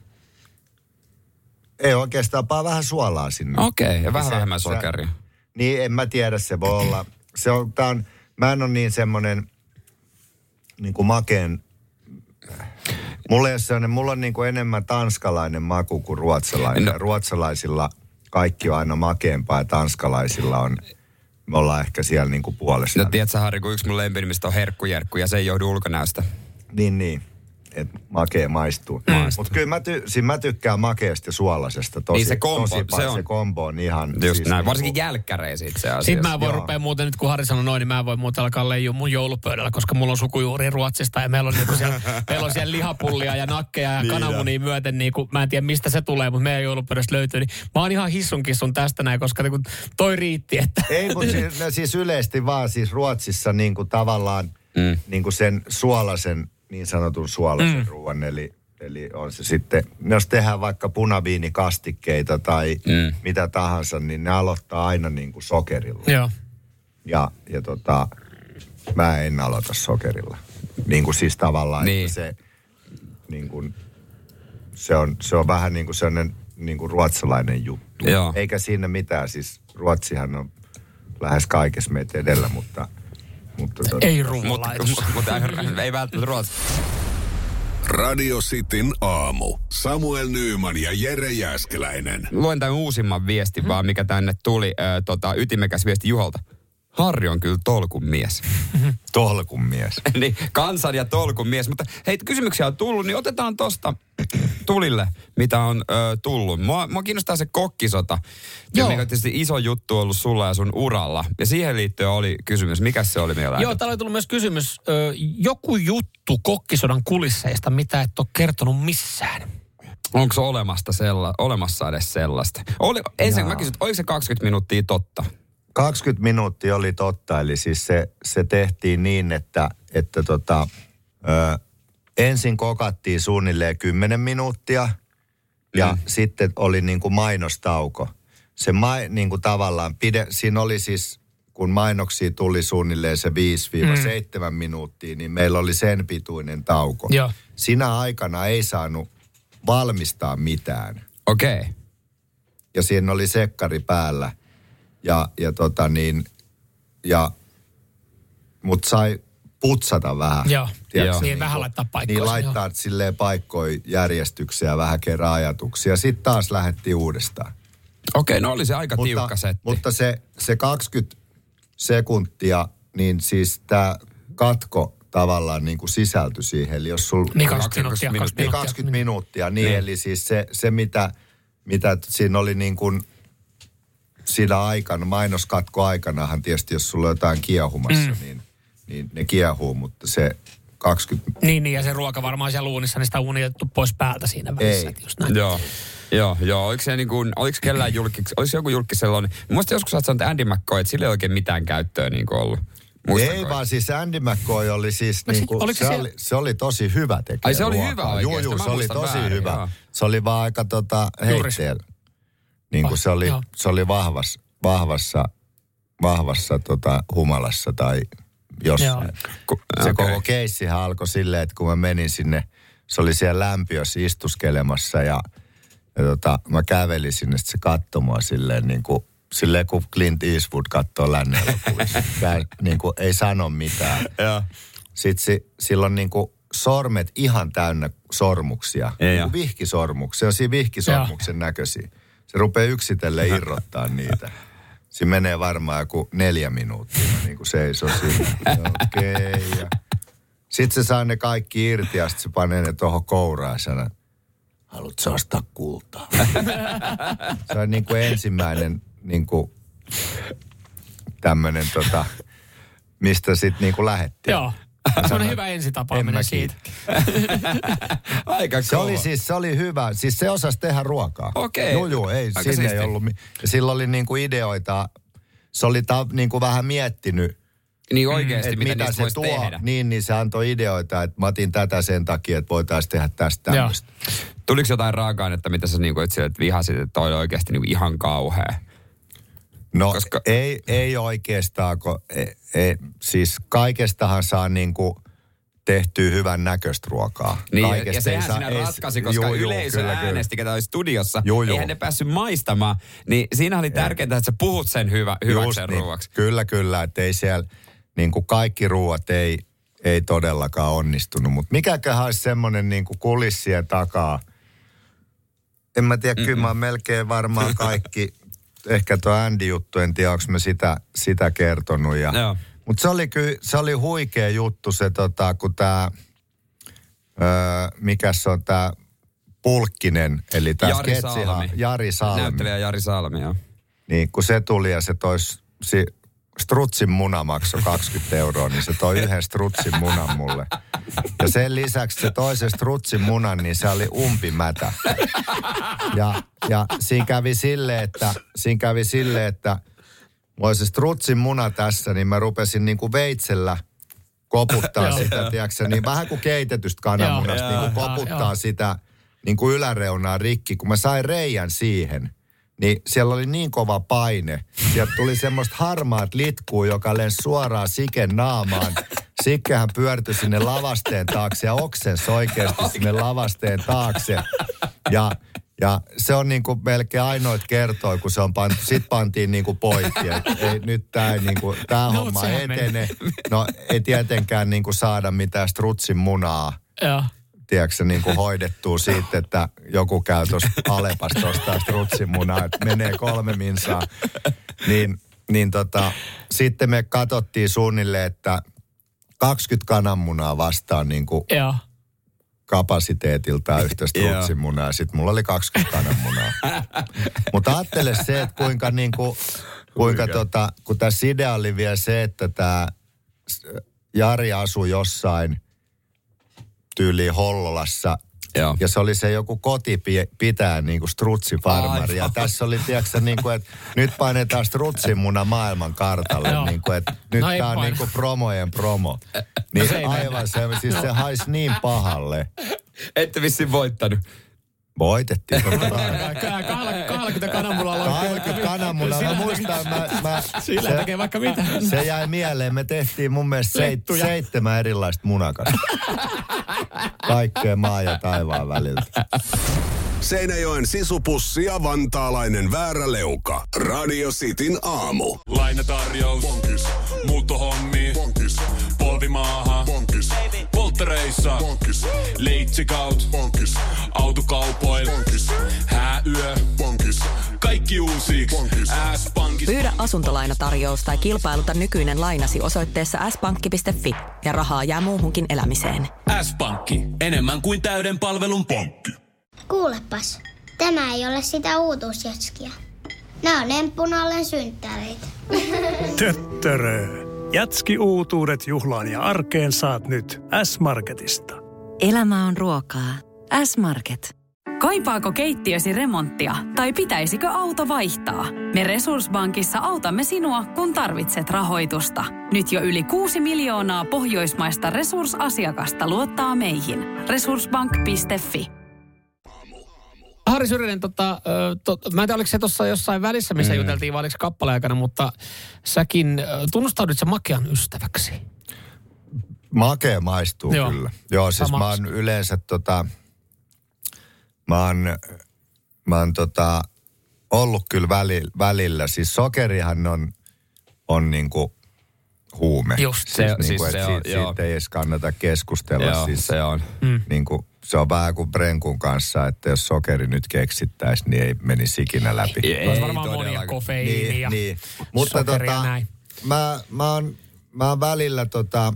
ei oikeastaan vaan vähän suolaa sinne. Okei, okay, ja vähän Se- vähemmän se- sokeria. Niin, en mä tiedä, se voi olla. Se on, tää on, mä en ole niin semmoinen niin kuin makeen. Mulla ei ole sellainen, mulla on niin kuin enemmän tanskalainen maku kuin ruotsalainen. No. No. Ruotsalaisilla kaikki on aina makeampaa ja tanskalaisilla on, me ollaan ehkä siellä niin kuin puolesta. No tiedätkö Harri, kun yksi mun lempinimistä on herkkujerkku ja se ei johdu ulkonäöstä. Niin, niin. Että makea maistuu. Mm. Mutta kyllä mä, ty- siis mä tykkään makeasta ja suolasesta tosi, Niin se kombo, tosi paljon. se on- Se kombo on ihan... Just siis näin, niinku- varsinkin jälkkäreissä itse asiassa. Sitten mä en voi Joo. rupea muuten, nyt kun Harri sanoi noin, niin mä en voi muuten alkaa leijua mun joulupöydällä, koska mulla on sukujuuri Ruotsista ja meillä on, niinku siellä, meillä on siellä lihapullia ja nakkeja ja Niin kananmunia myöten, niinku, mä en tiedä mistä se tulee, mutta meidän joulupöydästä löytyy. Niin mä oon ihan hissun kissun tästä näin, koska niinku toi riitti, että... Ei, mutta siis, no siis yleisesti vaan siis Ruotsissa niin kuin tavallaan mm. niin kuin sen suolasen, niin sanotun suolasen mm. ruoan, eli, eli on se sitten, jos tehdään vaikka punaviinikastikkeita tai mm. mitä tahansa, niin ne aloittaa aina niin kuin sokerilla. Joo. Ja, ja tota, mä en aloita sokerilla. Niin kuin siis tavallaan, Niin. että se, niin kuin, se, on, se on vähän niin kuin sellainen niin kuin ruotsalainen juttu. Joo. Eikä siinä mitään, siis Ruotsihan on lähes kaikessa meitä edellä, mutta... mutta tota, Ei Mutta ruoanlaitos. mut, mut, ei, ei välttämättä ruotsi. Radio Cityn aamu. Samuel Nyyman ja Jere Jääskeläinen. Luen tämän uusimman viestin vaan, mikä tänne tuli. Ö, tota, ytimekäs viesti Juholta. Harri on kyllä tolkun mies. Tolkun mies. niin, kansan ja tolkun mies. Mutta hei, kysymyksiä on tullut, niin otetaan tosta tulille, mitä on ö, tullut. Mua, mua kiinnostaa se kokkisota, Joo. mikä on tietysti iso juttu ollut sulla ja sun uralla. Ja siihen liittyen oli kysymys. Mikä se oli meillä? Joo, täällä oli tullut myös kysymys. Ö, joku juttu kokkisodan kulisseista, mitä et ole kertonut missään. Onko olemasta sella, olemassa edes sellaista? Oli, ensin mä kysyn, oliko se kaksikymmentä minuuttia totta? kaksikymmentä minuuttia oli totta, eli siis se, se tehtiin niin, että, että tota, ö, ensin kokattiin suunnilleen kymmenen minuuttia ja mm. sitten oli niin kuin mainostauko. Se mai, niin kuin tavallaan, pide, siinä oli siis, kun mainoksia tuli suunnilleen se viisi seitsemän mm. minuuttia, niin meillä oli sen pituinen tauko. Joo. Sinä aikana ei saanut valmistaa mitään. Okei. Okay. Ja siinä oli sekkari päällä. Ja, ja tota niin, ja, mut sai putsata vähän. Joo, tiedätkö, niin, niin vähän kun, laittaa paikkoja. Niin laittaa jo. Silleen paikkoja järjestyksiä, vähän kerran ajatuksia. Sitten taas lähdettiin uudestaan. Okei, no oli se aika mutta, tiukka setti. Mutta se, se kaksikymmentä sekuntia, niin siis tämä katko tavallaan niin kuin sisältyi siihen. Eli jos sul, niin kaksikymmentä minuuttia. Niin kaksikymmentä, kaksikymmentä minuuttia, niin, niin. eli siis se, se mitä, mitä siinä oli niin kuin siinä aikana, mainoskatko aikanahan tietysti, jos sulla on jotain kiehumassa, mm. niin, niin ne kiehuu, mutta se kaksikymmentä... Niin, niin, ja se ruoka varmaan siellä uunissa, niin sitä uunitettu pois päältä siinä välissä. Ei. Just näin. Joo. Joo, joo. Oliko se niin kuin, oliko kellään julkiksi, olisi joku julkis sellainen, muista joskus olet sanonut Andy McCoy, että sillä ei oikein mitään käyttöä niin kuin ollut. Muistanko? Ei vaan siis Andy McCoy oli siis se- niinku, oliko se, se oli, se oli tosi hyvä tekijä. Ai se oli ruokaa. hyvä oikeasti, Juu, juu, mä se oli muistan tosi väärin, hyvä. joo. Se oli vaan aika tota heitteellä. Niin kuin se oli, Joo. se oli vahvas, vahvassa, vahvassa tota humalassa tai jossain. Ku- Se okei. koko keissihän alkoi silleen, että kun mä menin sinne, se oli siellä lämpiössä istuskelemassa ja, ja tota, mä kävelin sinne, sit se katsoi mua silleen niin kuin, silleen kun Clint Eastwood katsoo lännen elokuvissa. Tää, niin kuin, ei sano mitään. Joo. Sitten si, sillä on niin kuin sormet ihan täynnä sormuksia. Ei, Niin joo. kuin vihkisormuksia. Se on siinä vihkisormuksen näköisiä. Se rupeaa yksitellen irrottaa niitä. Siinä menee varmaan joku neljä minuuttia, niin kuin seisoo siinä. Okei. Okay, sitten se saa ne kaikki irti ja sitten se panee ne tuohon kouraan ja sanoo, haluatko ostaa kultaa? Se on niin kuin ensimmäinen niin kuin tämmöinen tota, mistä sitten niin kuin lähdettiin. Joo. Se on hyvä ensitapaaminen siitä. Aika Se kova. oli siis, se oli hyvä. Siis se osasi tehdä ruokaa. Okei. Joo, joo, ei, Aika siinä ei siistiä. ollut. mi- Ja sillä oli niinku ideoita, se oli ta, niinku vähän miettinyt, Niin oikeasti, että mitä, mitä niistä se voisi tuo. tehdä. Niin, niin se antoi ideoita, että mä otin tätä sen takia, että voitaisiin tehdä tästä Joo. tämmöistä. Tuliko jotain raaka-ainetta, mitä sä niinku itse että vihasit, että toi oli oikeasti niinku ihan kauhea? No Koska- ei, ei oikeastaan, kun, ei, ei, siis kaikestahan saa niinku tehtyä hyvän näköistä ruokaa. Niin, ja, Kaikesta ja ei sehän saa- siinä ei- ratkaisi, koska juu, juu, yleisö kyllä, kyllä. äänesti, ketä oli studiossa. Juu, juu. Eihän ne päässyt maistamaan. Niin siinä oli tärkeintä, että sä puhut sen hyvä, hyväksi Just sen niin. ruuaksi. Kyllä, kyllä, että ei siellä, niin kuin kaikki ruuat ei, ei todellakaan onnistunut. Mutta mikäköhän olisi semmoinen niin kuin kulissien takaa. En mä tiedä, kyllä mä oon melkein varmaan kaikki, ehkä tuo Andy-juttu, en tiedä, onko mä sitä, sitä kertonut. Ja, Joo. mutta se oli kyllä, se oli huikea juttu se, tota, kun tämä, öö, mikä se on tämä Pulkkinen, eli tämä Jari sketsiha- Salmi. Jari Salmi. Näyttelijä Jari Salmi, joo. Niin, kun se tuli ja se tois, si, strutsin muna maksoi kaksikymmentä euroa, niin se toi yhden strutsin munan mulle. Ja sen lisäksi se toisen strutsin munan, niin se oli umpimätä. Ja, ja siinä kävi silleen, että, siinä kävi silleen, että mulla oli se strutsin muna tässä, niin mä rupesin niin kuin veitsellä koputtaa sitä, tiedätkö, niin vähän kuin keitetystä kananmunasta, Joo, niin kuin joo, koputtaa joo. sitä niin kuin yläreunaa rikki. Kun mä sain reijän siihen, niin siellä oli niin kova paine. Sieltä tuli semmoista harmaat litkuu, joka lensi suoraan Siken naamaan. Sikkehän pyörtyi sinne lavasteen taakse ja oksensi oikeasti sinne lavasteen taakse. Ja, ja se on niin kuin melkein ainoit kertoi, kun se on pantu. Sitten pantiin niin kuin poikki, että ei, nyt tämä niin kuin, tää No, homma sehän meni. etene. No ei tietenkään niin kuin saada mitään strutsin munaa. Joo. Tiedätkö, niin kuin hoidettua siitä, että joku käy tuossa Alepasta ostaa strutsinmunaa, että menee kolme minsaa. Niin, niin tota, sitten me katsottiin suunnilleen, että kaksikymmentä kananmunaa vastaan niin kuin Joo. kapasiteetiltaan yhtä strutsinmunaa. Sitten mulla oli kaksikymmentä kananmunaa. Mutta ajattele se, että kuinka, niin kuin, kuinka tota, kun tässä idea oli vielä se, että tämä Jari asui jossain tyyliin Hollolassa. Joo. Ja se oli se joku koti pitää niin kuin strutsifarmari. Ja Aivan. tässä oli, tiedätkö, niin kuin, että nyt painetaan strutsimuna maailman kartalle. Joo. Niin kuin, että nyt No ei tämä on paina. niin kuin promojen promo. Niin se ei aivan se, siis se haisi niin pahalle. Ette vissiin voittanut. Voitettiin totta kai. kaksikymmentä kananmunalla on kaksikymmentä kananmunaa. Mä muistan, mä, mä, Sillä se, tekee vaikka mitä. se jäi mieleen. Me tehtiin mun mielestä seit, Lettuja. seitsemän erilaista munakasta. Kaikkea maa ja taivaan väliltä. Seinäjoen sisupussi ja vantaalainen vääräleuka. Radio Cityn aamu. Lainatarjous. Bonkis. Muuttohommi. Bonkis. Polvimaaha. Bonkis. Polttereissa. Bonkis. Leitsikaut. Bonkis. Autokaupoil. Bonkis. Hääyö. Bonkis. Kaikki uusiiksi. S-pankki. Pyydä asuntolainatarjous tai kilpailuta nykyinen lainasi osoitteessa s pankki piste fi ja rahaa jää muuhunkin elämiseen. S-pankki. Enemmän kuin täyden palvelun pankki. Kuulepas, tämä ei ole sitä uutuusjatskia. Nämä on emppunallen synttäreitä. Töttörö. Jatski-uutuudet juhlaan ja arkeen saat nyt S-Marketista. Elämä on ruokaa. S-Market. Kaipaako keittiösi remonttia tai pitäisikö auto vaihtaa? Me Resurssbankissa autamme sinua, kun tarvitset rahoitusta. Nyt jo yli kuusi miljoonaa pohjoismaista resursasiakasta luottaa meihin. resurssbank piste fi. Harri Syrjänen, tota, to, mä en tiedä, oliko se tuossa jossain välissä, missä mm. juteltiin, vai oliko se kappaleen aikana, mutta säkin tunnustaudut sä makean ystäväksi. Makea maistuu Joo. kyllä. Joo, siis Samaksi. Mä oon yleensä tota, mä oon, mä oon tota, ollut kyllä välillä, välillä. Siis sokerihan on, on niinku huume. Just siis se, niinku, siis se siitä, on, siitä ei edes kannata keskustella. Joo, siis, se on. Mm. Niinku, se on vähän kuin Brenkun kanssa, että jos sokeri nyt keksittäisiin, niin ei menisi ikinä läpi. Ei, ei, varmaan monia kofeiinia niin, niin. Mutta tota, näin. Mä, mä, oon, mä oon välillä, tota,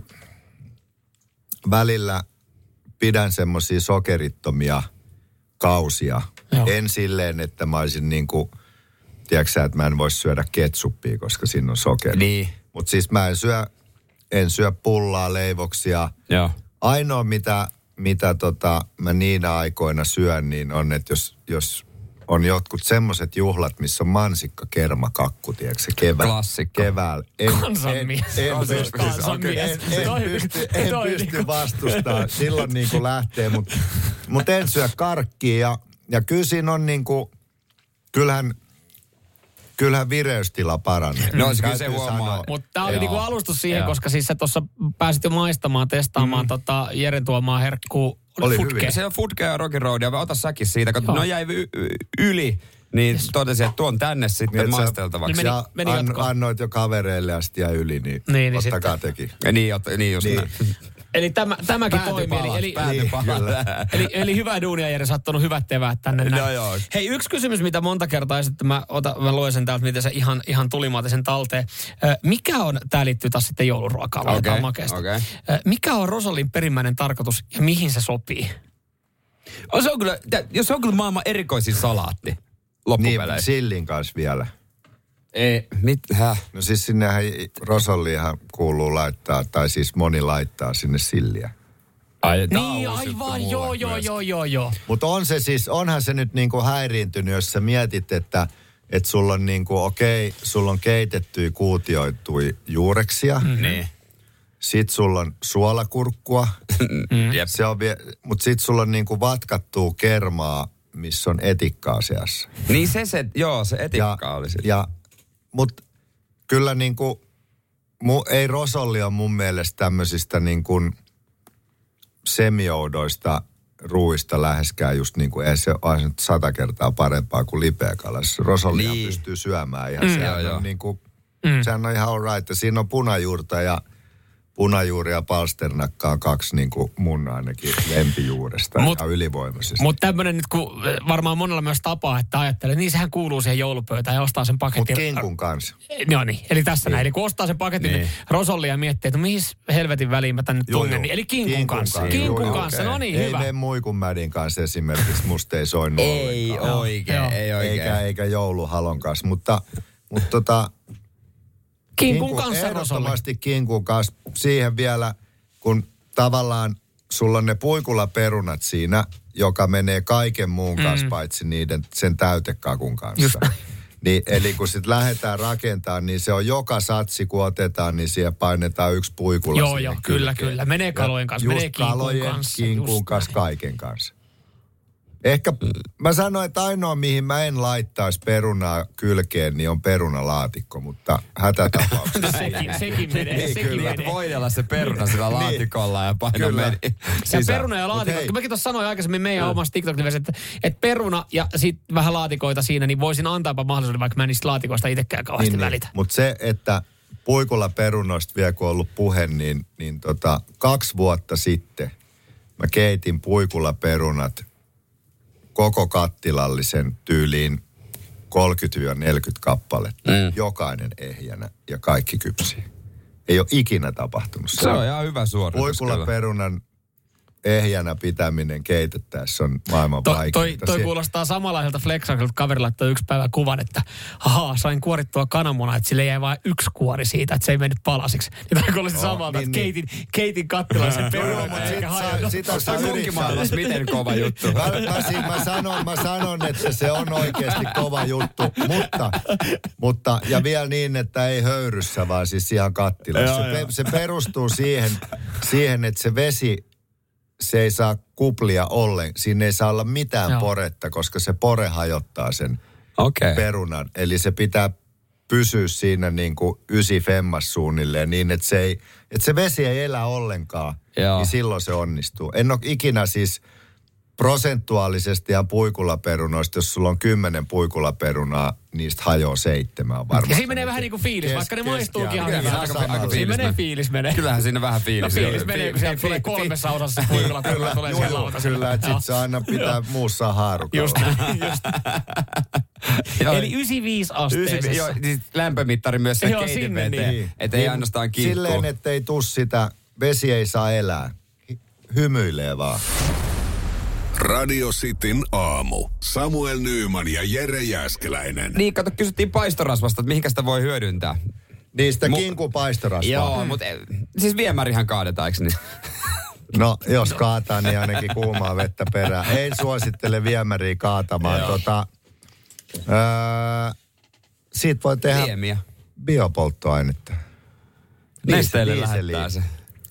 välillä pidän semmosia sokerittomia kausia. Joo. En silleen, että mä olisin niinku, tiedätkö sä, että mä en voisi syödä ketsuppia, koska siinä on sokeri. Niin. Mutta siis mä en syö, en syö pullaa, leivoksia. Joo. Ainoa, mitä... mitä tota, mä niinä aikoina syön, niin on, että jos, jos on jotkut semmoiset juhlat, missä on mansikka, kerma, kakku, tiedätkö se kevää. Klassikko. Keväällä. En, Kansanmies. En, en, pysty, Kansanmies. en, en pysty, en pysty vastustamaan. Silloin niin kuin lähtee, mutta mut en syö karkkia. Ja, ja kyllä siinä on niin kuin, kyllähän... Kyllähän vireystila paranee. No se kyllä se huomaa. Mutta tämä oli niinku alustus siihen, Joo. koska siis sä tuossa pääsit jo maistamaan, testaamaan mm. tota Jeren tuomaa herkkuu. Oli Foodke. Se on Foodke ja Rocky Road, ja ota säkin siitä, kun no jäi y- y- yli, niin yes. totesin, että tuon tänne sitten niin, maisteltavaksi. Niin meni, meni an, annoit jo kavereille asti ja yli, niin, niin ottakaa teki. Ja niin, ot, niin just niin. näin. Eli tämä, tämäkin pääty toimii. Palas, eli, eli, eli, eli hyvää duunia, Jere, sä oot tuonut hyvät teväät tänne. No joo. Hei, yksi kysymys, mitä monta kertaa esitetty, mä, ota, mä luen sen täältä, miten se ihan, ihan tulimaati sen talteen. Ö, mikä on, tää liittyy taas sitten jouluruokaan, okay, makeasta. Okay. Ö, mikä on Rosolin perimmäinen tarkoitus ja mihin se sopii? Oh, se on kyllä, jos se on kyllä maailman erikoisin salaatti loppupeleissä. Niin, sillin kanssa vielä. Ei, mit, häh? No siis sinnehän Rosolliinhan kuuluu laittaa, tai siis moni laittaa sinne silliä. Ai, niin, aivan, joo, joo, joo, joo, joo. Mutta on se siis, onhan se nyt niinku häiriintynyt, jos sä mietit, että et sulla on niinku, okei, okay, sulla on keitettyjä kuutioitui juureksia. Mm-hmm. Niin. Sit sulla on suolakurkkua. Mm-hmm. Se on vie, mut sit sulla on niinku vatkattua kermaa, missä on etikkaa seassa. Niin se, se joo, se etikka ja, oli sitten. Ja, mut kyllä niinku, mu, ei Rosolli on mun mielestä tämmöisistä niinku semioudoista ruuista läheskään just niin kuin, ei se ole nyt sata kertaa parempaa kuin lipeäkalas. Rosollihan niin. pystyy syömään ihan. Mm. Sehän, on niin kuin, mm. sehän on ihan all right. Ja siinä on punajuurta ja punajuuri ja palsternakka on kaksi niin kuin mun ainakin lempijuuresta mut, ja ylivoimaisesti. Mutta tämmöinen nyt, kun varmaan monella myös tapaa, että ajattelee, niin sehän kuuluu siihen joulupöytään ja ostaa sen paketin. Mutta kinkun kanssa. No niin, eli tässä niin. näin. Eli kun ostaa sen paketin niin. Rosolli ja miettii, että no mihin helvetin väliin mä tänne tunnen. Niin, eli kinkun, kinkun kanssa. kanssa. Kinkun joo, kanssa, okay. No niin, ei hyvä. Ei mene muikunmädin kanssa esimerkiksi, musta ei soinut ei ollenkaan. oikein, ei oikein. Eikä, eikä jouluhalon kanssa, mutta, mutta tota... Kinkun, kinkun kanssa ehdottomasti kinkun kanssa. Siihen vielä, kun tavallaan sulla on ne puikulaperunat siinä, joka menee kaiken muun kanssa, mm. paitsi niiden, sen täytekakun kanssa. Niin, eli kun sitten lähdetään rakentamaan, niin se on joka satsi, kun otetaan, niin siihen painetaan yksi puikula. Joo, joo, kyllä, kyllä. Menee kalojen kanssa, menee kinkun kalojen, kanssa. kinkun kanssa, kaiken kanssa. Ehkä mä sanoin, että ainoa mihin mä en laittaisi perunaa kylkeen, niin on perunalaatikko, mutta hätätapauksessa. sekin, sekin menee. Niin, sekin kyllä. menee. Voidella se peruna sillä laatikolla ja paino meni Ja peruna ja laatikot. Kun mäkin tuossa sanoin aikaisemmin meidän omassa TikTok-livessä, että, että peruna ja sitten vähän laatikoita siinä, niin voisin antaapa mahdollisuuden, vaikka mä en niistä laatikoista itsekään kauheasti niin, välitä. Niin. Mutta se, että puikulla perunoista vielä kun on ollut puhe, niin, niin tota, kaksi vuotta sitten mä keitin puikulla perunat koko kattilallisen tyyliin kolmekymmentä neljäkymmentä kappaletta. Mm. Jokainen ehjänä ja kaikki kypsiä. Ei ole ikinä tapahtunut. Se on ihan hyvä suoritus. Puikulla perunan ehjänä pitäminen keitettäessä on maailman to, vaikeinta. Toi, toi kuulostaa samanlaiselta flexaukselta. Kaveri laittoi yksi päivä kuvan, että ahaa, sain kuorittua kananmunaa, että sille jäi vain yksi kuori siitä, että se ei mennyt palasiksi. Niin toi kuulosti oh, samalta, niin, että niin. keitin, keitin kattilaisen perunan eikä hajonnut. Sitä saa yrittää. Miten kova juttu. Mä, mä, mä, sanon, mä sanon, että se on oikeasti kova juttu, mutta, mutta ja vielä niin, että ei höyryssä, vaan siis ihan kattilassa. Se, se perustuu siihen, siihen, että se vesi, se ei saa kuplia ollen. Siinä ei saa olla mitään Joo. poretta, koska se pore hajottaa sen okay. perunan. Eli se pitää pysyä siinä niin kuin ysi femmas suunnilleen niin, että se, ei, että se vesi ei elä ollenkaan. Joo. Niin silloin se onnistuu. En ole ikinä siis prosentuaalisesti ja puikulaperunoista, jos sulla on kymmenen puikulaperunaa, niistä hajoaa seitsemän varmasti. Ja siinä menee vähän niin kuin fiilis, kes, vaikka ne maistuukin ihan hyvältä. Siinä menee fiilis menee. Kyllähän siinä vähän fiilis. No fiilis menee, kun sieltä tulee kolmessa osassa puikulaperuna, tulee siellä lautasella. Kyllä, että sit se aina pitää muussa haarukalla. Just, just. Eli yhdeksänkymmentäviisi asteisessa. Joo, siis lämpömittari myös se keitin veteen. Että ei ainoastaan kinkkuu. Silleen, ettei tuu sitä, vesi ei saa elää. Hymyilee vaan. Radio Cityn aamu. Samuel Nyyman ja Jere Jääskeläinen. Niin, kato, kysyttiin paistorasvasta, että mihinkä sitä voi hyödyntää. Niistä Mu- kinkupaistorasvaa. Joo, mutta siis viemärihän kaadetaan, eikö niin? No, jos kaataa, niin ainakin kuumaa vettä perään. Ei suosittele viemäriä kaatamaan. Tota, öö, siitä voi tehdä Liemiä. Biopolttoainetta. Nesteelle lähettää se.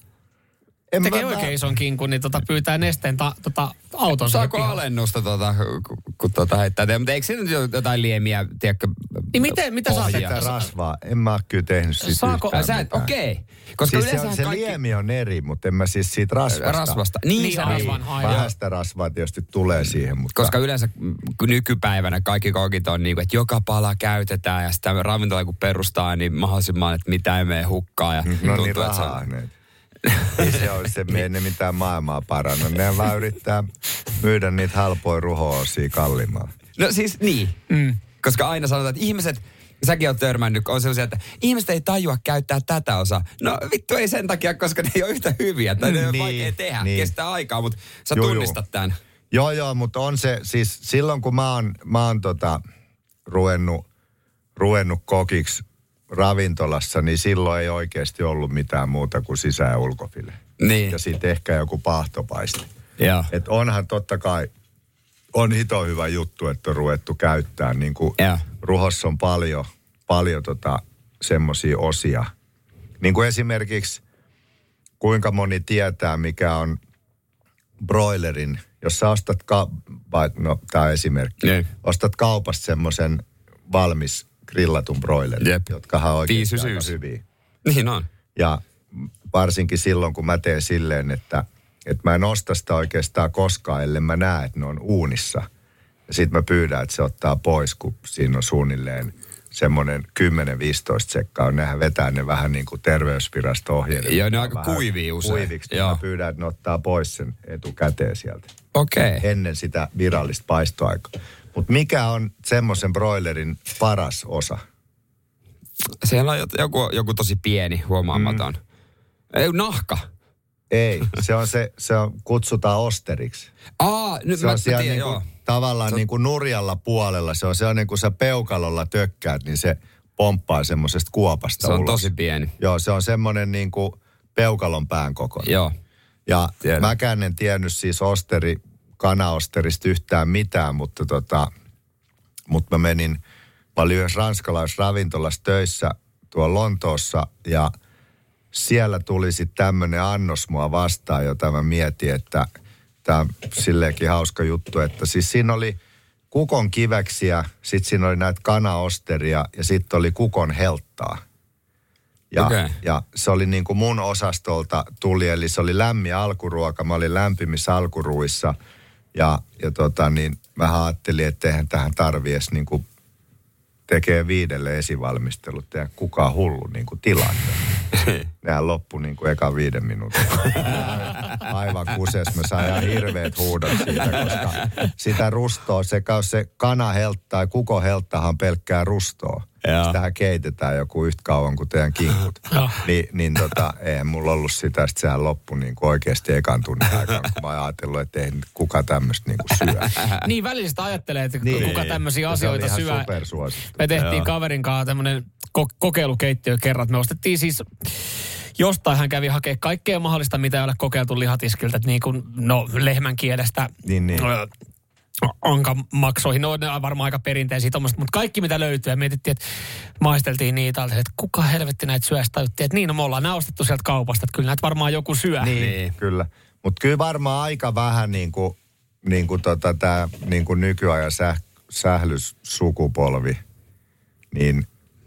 En tekee mä, oikein ison kinkun, niin tota pyytää Nesteen ta, tota, auton. Saako alennusta, tota, kun, kun tota heittää teille? Mutta eikö siinä nyt jotain liemiä, tiedätkö, niin miten, mitä sä sitä rasvaa? En mä ole kyllä tehnyt siitä Saako, yhtään sä et, okei. Okay. Koska siis se, se kaikki... liemi on eri, mutta en mä siis siitä rasvasta. Rasvasta. Niin, niin se rasvan. Vähäistä rasvaa tietysti tulee siihen, mutta... Koska yleensä nykypäivänä kaikki kokit on niin kuin, että joka pala käytetään ja sitä ravintola kun perustaa, niin mahdollisimman, että mitä ei mene hukkaan. Ja no tuntuu, niin rahaa ne. Ei se ole, se ei ne mitään maailmaa paranna. Ne vaan yrittää myydä niitä halpoja ruho-osia kalliimmalla. No siis niin, mm. koska aina sanotaan, että ihmiset, säkin oot törmännyt, on sellaisia, että ihmiset ei tajua käyttää tätä osaa. No vittu ei sen takia, koska ne ei ole yhtä hyviä, tai ne on niin, vaikea tehdä, niin. Kestää aikaa, mutta sä joo, tunnistat joo. tämän. Joo, joo, mutta on se, siis silloin kun mä oon, mä oon tota, ruvennut, ruvennut kokiksi ravintolassa, niin silloin ei oikeasti ollut mitään muuta kuin sisä- ja ulkofile. Niin. Ja sitten ehkä joku pahtopaisti. Joo. Et onhan totta kai, on hito hyvä juttu, että on ruvettu käyttämään. Niin kuin ruhossa on paljon, paljon tota, semmoisia osia. Niin kuin esimerkiksi, kuinka moni tietää, mikä on broilerin, jos sä ostat, ka- no tämä esimerkki, Jep. ostat kaupasta semmoisen valmis grillatun broilerin, Jep. jotka on oikeasti aika hyviä. Niin on. Ja varsinkin silloin, kun mä teen silleen, että, että mä en osta sitä oikeastaan koskaan, ellei mä näe, että ne on uunissa. Ja sit mä pyydän, että se ottaa pois, kun siinä on suunnilleen semmoinen kymmenen viisitoista sekkaa. Nehän vetää ne vähän niin kuin terveysvirasto-ohjeet. Joo, ne on aika kuivia usein. Kuiviksi, niin mä pyydän, että ne ottaa pois sen etukäteen sieltä. Okei. Okay. Ennen sitä virallista paistoaikaa. Mutta mikä on semmoisen broilerin paras osa? Siellä on joku, joku tosi pieni, huomaamaton. Mm. Ei, nahka. Ei, se on se, se on, kutsutaan osteriksi. Aa, nyt se mä, on siellä mä tiedän, niinku, joo. tavallaan se on... niin kuin nurjalla puolella. Se on sellainen, kun sä peukalolla tökkäät, niin se pomppaa semmoisesta kuopasta Se on ulos. tosi pieni. Joo, se on semmoinen niin kuin peukalon pään kokoinen. Joo. Ja tiedän. mäkään en tiennyt siis osteri, kanaosterista yhtään mitään, mutta tota, mutta mä menin, mä olin yhdessä ranskalaisravintolassa töissä tuolla Lontoossa ja siellä tuli sitten tämmöinen annos mua vastaan, jota mä mietin, että tämä on silleenkin hauska juttu, että siis siinä oli kukon kiveksiä, sitten siinä oli näitä kanaosteria ja sitten oli kukon helttaa. Ja, okay. ja se oli niin kuin mun osastolta tuli, eli se oli lämmin alkuruoka. Mä olin lämpimissä alkuruissa ja, ja tota niin, mä ajattelin, että eihän tähän tarvii edes niin kuin tekee viidelle esivalmistelut ja kukaan hullu niin kuin tilanne. Nehän loppui niin kuin eka viiden minuutin. Aivan kuses. Mä sain ihan hirveät huudot siitä, koska sitä rustoa, se, se kana helttaa ja kuko helttahan pelkkää rustoa. Ja. Sitähän keitetään joku yhtä kauan kuin teidän kinkut. Ni, niin tota, eihän mulla ollut sitä, että sehän loppui niin kuin oikeasti ekan tunnin aikana. Mä oon ajatellut, että ei kuka tämmöistä niin kuin syö. Niin välistä ajattelee, että niin, kuka tämmöisiä asioita syö. Se oli ihan supersuosittu. Me tehtiin Joo. kaverin kanssa tämmöinen ko- kokeilukeittiö kerran. Me ostettiin siis, jostain hän kävi hakemaan kaikkea mahdollista, mitä ei ole kokeiltu lihatiskiltä. Että niin kuin, no lehmän kielestä. Niin, niin. Ö, ankamaksoihin, no ne on varmaan aika perinteisiä tommoista, mutta kaikki mitä löytyy ja mietittiin, että maisteltiin niitä, että kuka helvetti näitä syö, tajuttiin, että niin, no me ollaan nämä ostettu sieltä kaupasta, että kyllä näitä varmaan joku syö. Niin, niin. Kyllä. Mutta kyllä varmaan aika vähän niin kuin, niin kuin tota, tämä niin kuin nykyajan säh, sählyssukupolvi, niin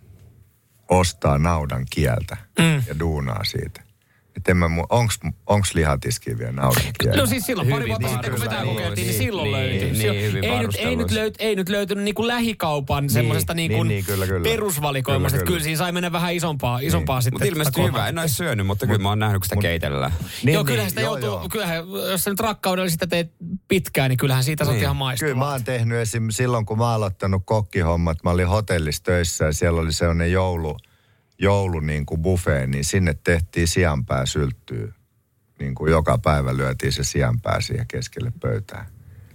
ostaa naudan kieltä mm. ja duunaa siitä. Että en mä, onks, onks lihatiski vielä naudan kieltä? No siis silloin pari vuotta sitten, kun me tämä kokeiltiin, niin silloin löytyi. Niin, niin, ei, nyt, ei, nyt löyt, ei nyt löytynyt niinku lähikaupan niin, semmoisesta niinku niin, niin, kyllä, kyllä. perusvalikoimasta. Kyllä, kyllä. Kyllä siinä sai mennä vähän isompaa, isompaa niin. sitten. Mutta ilmeisesti hyvä. En ole syönyt, mutta kyllä mä oon nähnyt, kun sitä keitellään. Niin, joo, kyllähän sitä niin, joutuu, joo, kyllähän, jos sä nyt rakkaudella sitä teet pitkään, niin kyllähän siitä niin. saat ihan maistumaan. Kyllä mä oon tehnyt esim. Silloin, kun mä oon aloittanut kokkihommat, mä olin hotellissa töissä ja siellä oli sellainen joulu, joulu niin kuin buffet, niin sinne tehtiin sianpää sylttyä. Niin kuin joka päivä lyötiin se sianpää siihen keskelle pöytään.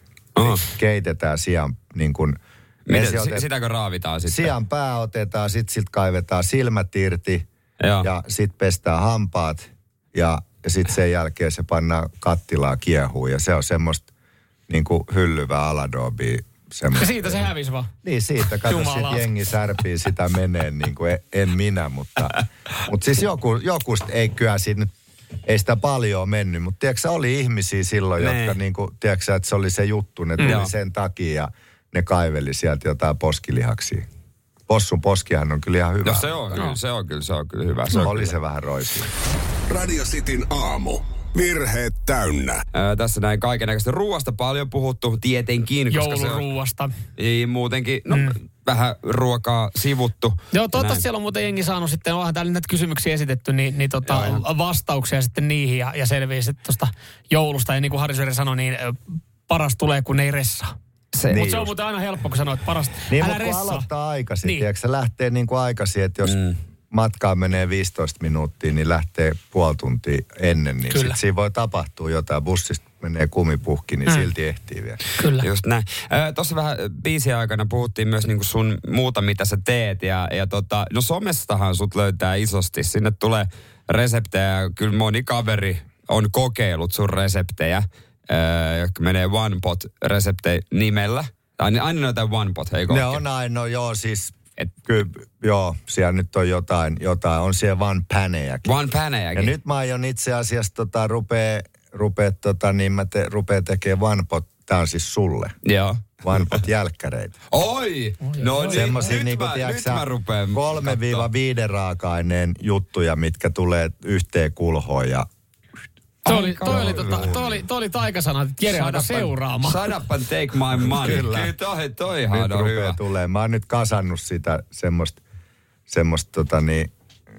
Oh. Keitetään sian niin kuin... Miten, otet, sitäkö raavitaan sitten? Sianpää otetaan, sitten siltä kaivetaan silmät irti Joo. ja sitten pestään hampaat ja, ja sitten sen jälkeen se pannaan kattilaa kiehuun ja se on semmoista niin kuin hyllyvää aladobia. Ja siitä se hävisi vaan. Niin siitä, kato sit jengi särpii sitä menee niin kuin en, en minä, mutta, mutta siis joku, joku ei kyllä siinä, ei sitä paljon mennyt, mutta tiedätkö sä, oli ihmisiä silloin, ne. jotka niin kuin, tiedätkö sä, että se oli se juttu, ne tuli mm. sen takia ja ne kaiveli sieltä jotain poskilihaksia. Possun poskihan on kyllä ihan hyvä. No se on kyllä, se on kyllä, se on kyllä hyvä. Se no, oli kyllä. se vähän roisia. Radio Cityn aamu. Virheet täynnä. Ää, tässä näin kaikennäköistä ruuasta paljon puhuttu, tietenkin. Jouluruuasta. Ei muutenkin, no mm. vähän ruokaa sivuttu. Joo, toivottavasti siellä on muuten jengi saanut sitten, onhan täällä näitä kysymyksiä esitetty, niin, niin tota, vastauksia sitten niihin ja, ja selviää sitten tuosta joulusta. Ja niin kuin Harri Syöri sanoi, niin paras tulee, kun ei ressaa. Niin mutta se on muuten aina helppo, kun sanoo, että parasta, niin, älä ressaa. Niin, mutta kun aloittaa aikaisin, niin. tiedätkö, se lähtee niin kuin aikaisin, että jos... Mm. matkaa menee viisitoista minuuttia, niin lähtee puoli tuntia ennen, niin sitten siinä voi tapahtua jotain. Bussista menee kumipuhki, niin mm. silti ehtii vielä. Kyllä. Just näin. Äh, Tuossa vähän biisin aikana puhuttiin myös niinku sun muuta, mitä sä teet. Ja, ja tota, no somestahan sut löytää isosti. Sinne tulee reseptejä. Kyllä moni kaveri on kokeillut sun reseptejä, äh, jotka menee One Pot-reseptejä nimellä. Aina, aina jotain One Pot, hei Ne on aina, joo siis... Et, kyllä, joo, siellä nyt on jotain, jotain. On siellä One Panejäkin. One Panejäkin. Ja nyt mä aion itse asiassa tota, rupee, rupee, tota, niin mä te, rupee tekemään One Pot, tää on siis sulle. Joo. One Pot jälkkäreitä. Oi! No niin, semmosia, nyt, niinku, mä, tiiäksä, nyt mä rupeen kolme viiva viiden raaka-aineen juttuja, mitkä tulee yhteen kulhoon ja... Toi oli, toi, oli, tota, toi, oli, toi oli taikasana, että Jere aina seuraamaan. Shut up and take my money. Kyllä. Kyllä toi, toihan on hyvä. Tulee. Mä oon nyt kasannut sitä semmoista, semmoista tota niin,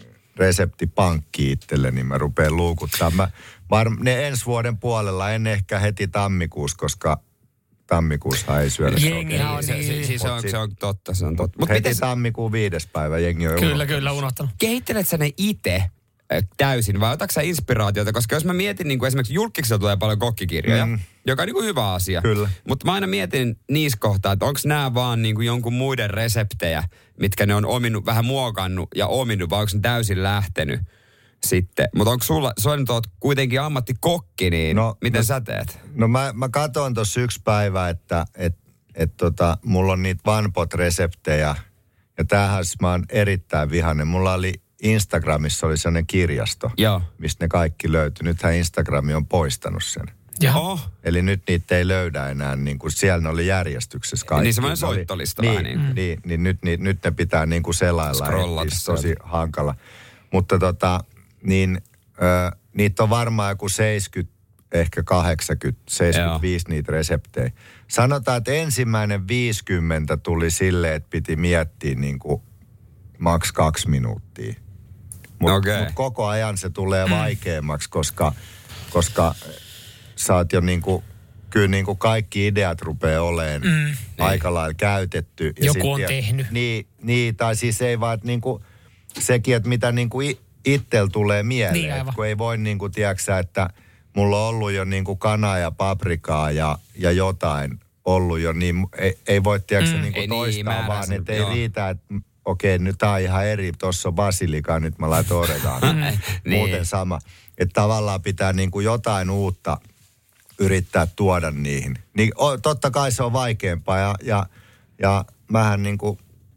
reseptipankkia itselle, niin mä rupean luukuttaa. Mä, var, ne ensi vuoden puolella, en ehkä heti tammikuussa, koska tammikuussa ei syödä. Jengi on niin. Se, se, se, on, se on totta, se on totta. Mut heti se... tammikuun viides päivä jengi on Kyllä, unohtanut. kyllä, unohtanut. Kehittelet sä ne itse täysin, vai otatko sä inspiraatiota? Koska jos mä mietin, niin kuin esimerkiksi julkiksella tulee paljon kokkikirjoja, mm. joka on niin kuin hyvä asia. Kyllä. Mutta mä aina mietin niissä kohtaa, että onko nämä vaan niin kuin jonkun muiden reseptejä, mitkä ne on ominut, vähän muokannut ja ominut, vai onko ne täysin lähtenyt sitten. Mutta onko sulla, sä oot kuitenkin ammattikokki, niin no, miten no, sä teet? No mä, mä katsoin tuossa yksi päivä, että et, et tota, mulla on niitä One Pot-reseptejä, ja tämähän mä oon erittäin vihainen. Mulla oli Instagramissa oli sellainen kirjasto, Joo. mistä ne kaikki löytyi. Nythän Instagrami on poistanut sen. Oh. Eli nyt niitä ei löydä enää, niin kuin siellä ne oli järjestyksessä kaikki. Niin semmoinen soittolista niin, vähän niin kuin. Niin, niin nyt, niin nyt ne pitää niin kuin selailla. Scrollata. Tosi hankala. Mutta tota, niin ö, niitä on varmaan joku seitsemänkymmentä, ehkä kahdeksankymmentä, seitsemänkymmentäviisi Joo. niitä reseptejä. Sanotaan, että ensimmäinen viisikymmentä tuli silleen, että piti miettiä niin kuin maks kaksi minuuttia. Mutta okay. mut koko ajan se tulee vaikeammaksi, koska, koska sä oot jo niinku, kyllä niinku kaikki ideat rupeaa olemaan mm. aika lailla käytetty. Ja joku on sit, tehnyt. Niin, niin, tai siis ei vaan, että niinku, sekin, että mitä niinku itsellä tulee mieleen. Niin, kun ei voi niinku, tiedäksä, että mulla on ollut jo niinku kanaa ja paprikaa ja, ja jotain ollut jo, niin ei, ei voi tiedäksä mm. niinku toistaa niin, vaan, että ei riitä, että okei, nyt tää on ihan eri, tuossa on basilikaa, nyt mä laitan oregaan. niin. Muuten sama. Että tavallaan pitää niinku jotain uutta yrittää tuoda niihin. Niin o, totta kai se on vaikeampaa ja, ja, ja mähän niinku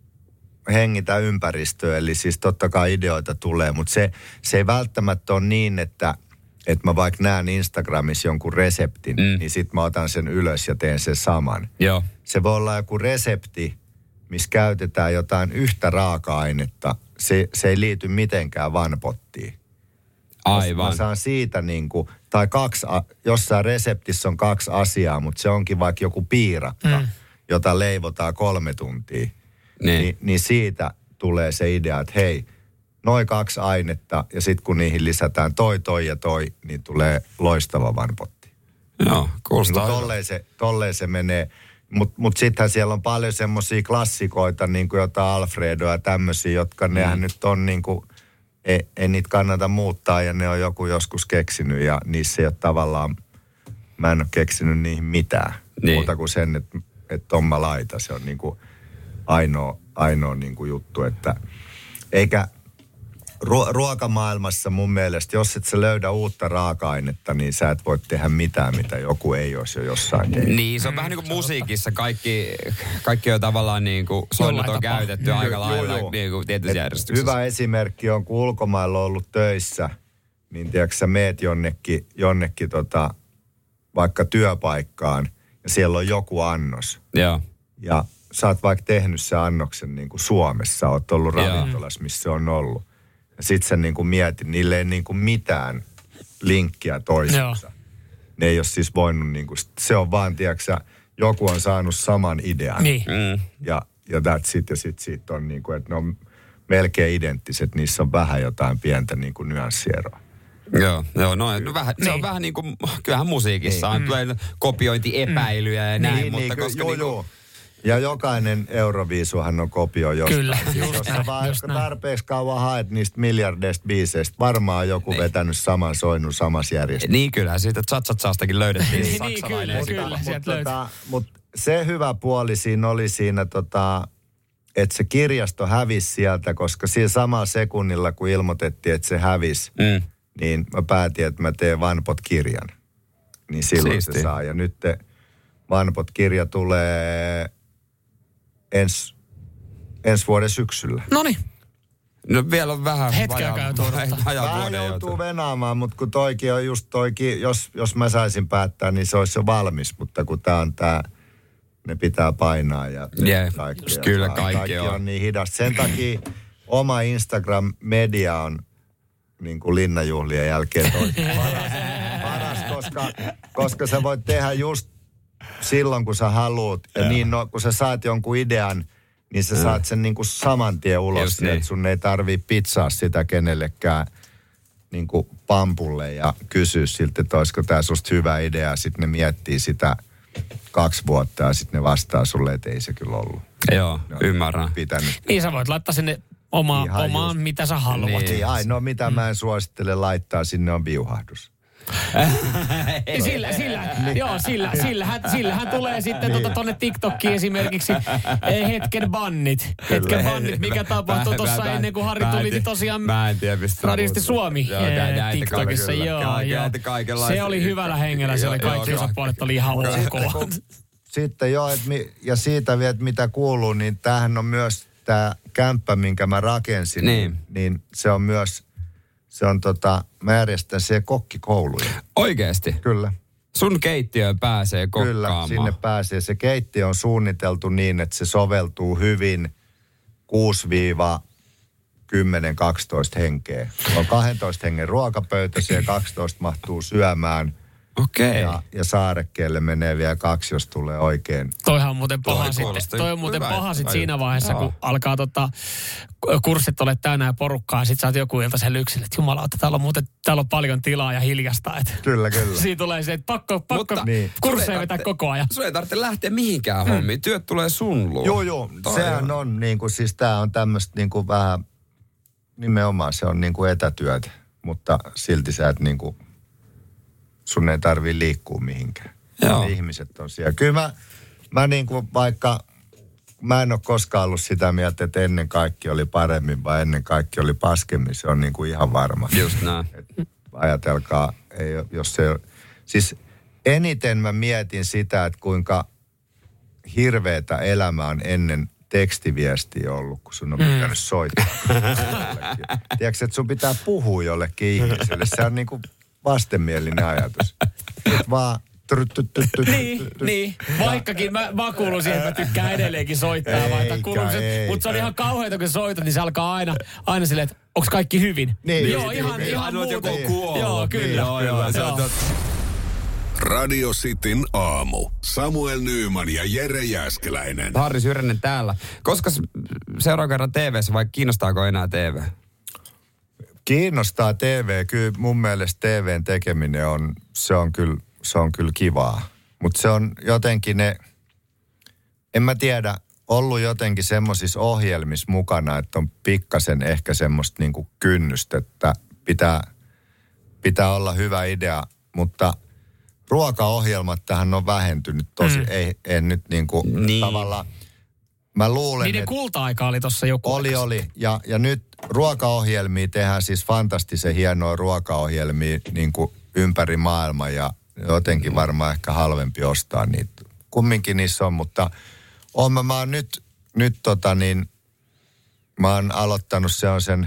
hengitän ympäristöä, eli siis totta kai ideoita tulee, mutta se, se ei välttämättä ole niin, että että mä vaikka näen Instagramissa jonkun reseptin, mm. niin sit mä otan sen ylös ja teen sen saman. Joo. Se voi olla joku resepti, missä käytetään jotain yhtä raaka-ainetta. Se, se ei liity mitenkään vanpottiin. Aivan. Mä saan siitä niin kuin, tai kaksi, jossain reseptissä on kaksi asiaa, mutta se onkin vaikka joku piirakka, mm. jota leivotaan kolme tuntia. Niin. Ni, niin siitä tulee se idea, että hei, noin kaksi ainetta ja sitten kun niihin lisätään toi, toi ja toi, niin tulee loistava vanpotti. Joo, kuulostaa. Niin tolleen, se, tolleen se menee. Mutta mut sittenhän siellä on paljon semmoisia klassikoita, niin kuin jotain Alfredoa ja tämmöisiä, jotka mm. nehän nyt on niin kuin, ei, ei niitä kannata muuttaa ja ne on joku joskus keksinyt ja niissä ei ole tavallaan, mä en ole keksinyt niihin mitään. Niin. Muuta kuin sen, että et on mä laita. Se on niin kuin ainoa, ainoa niin kuin juttu, että eikä Ru- ruokamaailmassa mun mielestä, jos et sä löydä uutta raaka-ainetta, niin sä et voi tehdä mitään, mitä joku ei olisi jo jossain tehnyt. Niin, se on vähän niin kuin musiikissa. Kaikki, kaikki on tavallaan niin kuin soinnut on käytetty mm. aika lailla niin kuin tietyssä järjestyksessä. Hyvä esimerkki on, kun ulkomailla on ollut töissä, niin tiedätkö sä meet jonnekin, jonnekin tota, vaikka työpaikkaan, ja siellä on joku annos. Joo. Ja sä oot vaikka tehnyt sen annoksen niin kuin Suomessa, oot ollut ravintolassa, missä se on ollut. Ja sit sä niinku mietit, niille ei niinku mitään linkkiä toisensa. Ne ei ole siis voinut niinku, se on vaan, tiedätkö, joku on saanut saman idean. Niin. Mm. Ja, ja that's it, ja sit siitä on niinku, että ne on melkein identtiset, niissä on vähän jotain pientä niinku nyanssieroa. Joo, joo no, no vähän, niin. Se on vähän niin kuin, kyllähän musiikissa niin. on tulee mm. kopiointiepäilyjä ja näin, niin, mutta niin, koska joo, niinku, joo. Ja jokainen Euroviisuhan on kopio jostain. Kyllä, just jos näin, sä vaan just tarpeeksi kauan haet niistä miljardeista biiseistä, varmaan joku niin. vetänyt saman soinnun samassa järjestelmässä. Niin kyllä, siitä Tsatsatsastakin löydettiin niin, saksalainen. Niin, kyllä, kyllä, sieltä löytyy. Mutta mut se hyvä puoli siinä oli siinä, tota, että se kirjasto hävisi sieltä, koska siinä samalla sekunnilla, kun ilmoitettiin, että se hävisi, mm. niin mä päätin, että mä teen Vanpot-kirjan. Niin silloin Siisti. Se saa. Ja nyt Vanpot-kirja tulee Ens, ensi vuoden syksyllä. Noniin. No vielä on vähän hetkeä käy tuodottaa. Vähän joutuu venaamaan, mutta kun toikin on just toikin, jos, jos mä saisin päättää, niin se olisi jo valmis. Mutta kun tää on tää, ne pitää painaa ja yeah, kaikki, kyllä on, kaikki, kaikki on. on niin hidasta. Sen takia oma Instagram-media on niin kuin linnanjuhlien jälkeen toikin paras, paras koska, koska sä voit tehdä just silloin, kun sä haluut. Ja, ja. Niin, no, kun sä saat jonkun idean, niin sä mm. saat sen niin kuin saman tien ulos. Niin. Että sun ei tarvii pizzaa sitä kenellekään niin kuin pampulle ja kysyä siltä, että olisiko tää susta hyvä idea. Sitten ne miettii sitä kaksi vuotta ja sitten ne vastaa sulle, että ei se kyllä ollut. Joo, no, ymmärrän. Pitänyt. Niin sä voit laittaa sinne oma, omaan, just, mitä sä haluat. Niin, ainoa mitä mm. mä en suosittele laittaa sinne on viuhahdus. sillä, sillä, joo, sillä, sillähän, sillähän tulee sitten niin. tuota, tonne TikTokkiin esimerkiksi eh, hetken bannit. Hetken bannit, mikä tapahtui tuossa ennen kuin Harri tuli niin tosiaan Radiosti Suomi joo, eh, TikTokissa. Joo, joo. Se oli hyvällä hengellä, se oli kaikki osapuolet oli ihan ok. Sitten joo, et mi, ja siitä vielä, mitä kuuluu, niin tämähän on myös tämä kämppä, minkä mä rakensin, niin, niin se on myös... Se on tota, mä järjestän siellä kokkikouluja. Oikeesti? Kyllä. Sun keittiöön pääsee kokkaamaan. Kyllä, sinne pääsee. Se keittiö on suunniteltu niin, että se soveltuu hyvin kuusi kymmenen kaksitoista henkeä. On kaksitoista hengen ruokapöytä, se kaksitoista mahtuu syömään. Okei. Okay. Ja, ja saarekkeelle menee vielä kaksi, jos tulee oikein. Toihan on muuten paha sitten. Toi on muuten hyvä, paha sitten siinä vaiheessa, joo. kun alkaa tota, kurssit ole täynnä ja porukkaa, ja sit sä oot joku ilta sen lyksille, että jumalauta, täällä on muuten täällä on paljon tilaa ja hiljasta. Et. Kyllä, kyllä. Siinä tulee se, että pakko, pakko niin. kursseja vetää koko ajan. Sun ei tarvitse lähteä mihinkään mm. hommiin, työt tulee sun luo. Joo, joo. Sehän on, on niin kuin, siis tää on tämmöistä niin kuin vähän, nimenomaan se on niin kuin etätyötä, mutta silti sä et niin kuin, sun ei tarvii liikkua mihinkään. Joo. Ihmiset on siellä. Kyllä mä, mä niin kuin vaikka, mä en ole koskaan ollut sitä mieltä, että ennen kaikki oli paremmin, vai ennen kaikki oli paskemmin. Se on niin kuin ihan varma. Just näin. Et ajatelkaa, ei, jos se, siis eniten mä mietin sitä, että kuinka hirveätä elämä on ennen tekstiviestiä ollut, kun sun on pitänyt mm. soittaa. Tiedätkö, että sun pitää puhua jollekin ihmiselle. Se on niin kuin vastenmielinen ajatus. Et vaan... Niin, niin. Vaikkakin mä, mä kuulun siihen, että mä tykkään edelleenkin soittaa. Mutta se on ihan kauheita, kun soitat, niin se alkaa aina, aina silleen, että onko kaikki hyvin? Niin, joo, niin, ihan, niin, ihan muuten. Joku kuollut. Joo, kyllä. Niin, joo, joo, joo. joo. Radio Cityn aamu. Samuel Nyyman ja Jere Jääskeläinen. Harri Syrjänen täällä. Koska seuraavan kerran T V:ssä vai kiinnostaako enää T V? Kiinnostaa T V. Kyllä mun mielestä T V:n tekeminen on, se on kyllä, se on kyllä kivaa. Mutta se on jotenkin ne, en mä tiedä, ollut jotenkin semmoisissa ohjelmissa mukana, että on pikkasen ehkä semmoista niinku kynnystä, että pitää, pitää olla hyvä idea, mutta ruokaohjelmat tähän on vähentynyt tosi, mm. ei, en nyt niinku niin. tavallaan, mä luulen, niiden kulta-aika oli tuossa joku. Oli, oli. Ja, ja nyt ruokaohjelmia tehdään siis fantastisen hienoja ruokaohjelmia niin kuin ympäri maailman ja jotenkin varmaan ehkä halvempi ostaa niitä. Kumminkin niissä on, mutta on mä, mä oon nyt, nyt tota niin, mä oon aloittanut se on sen,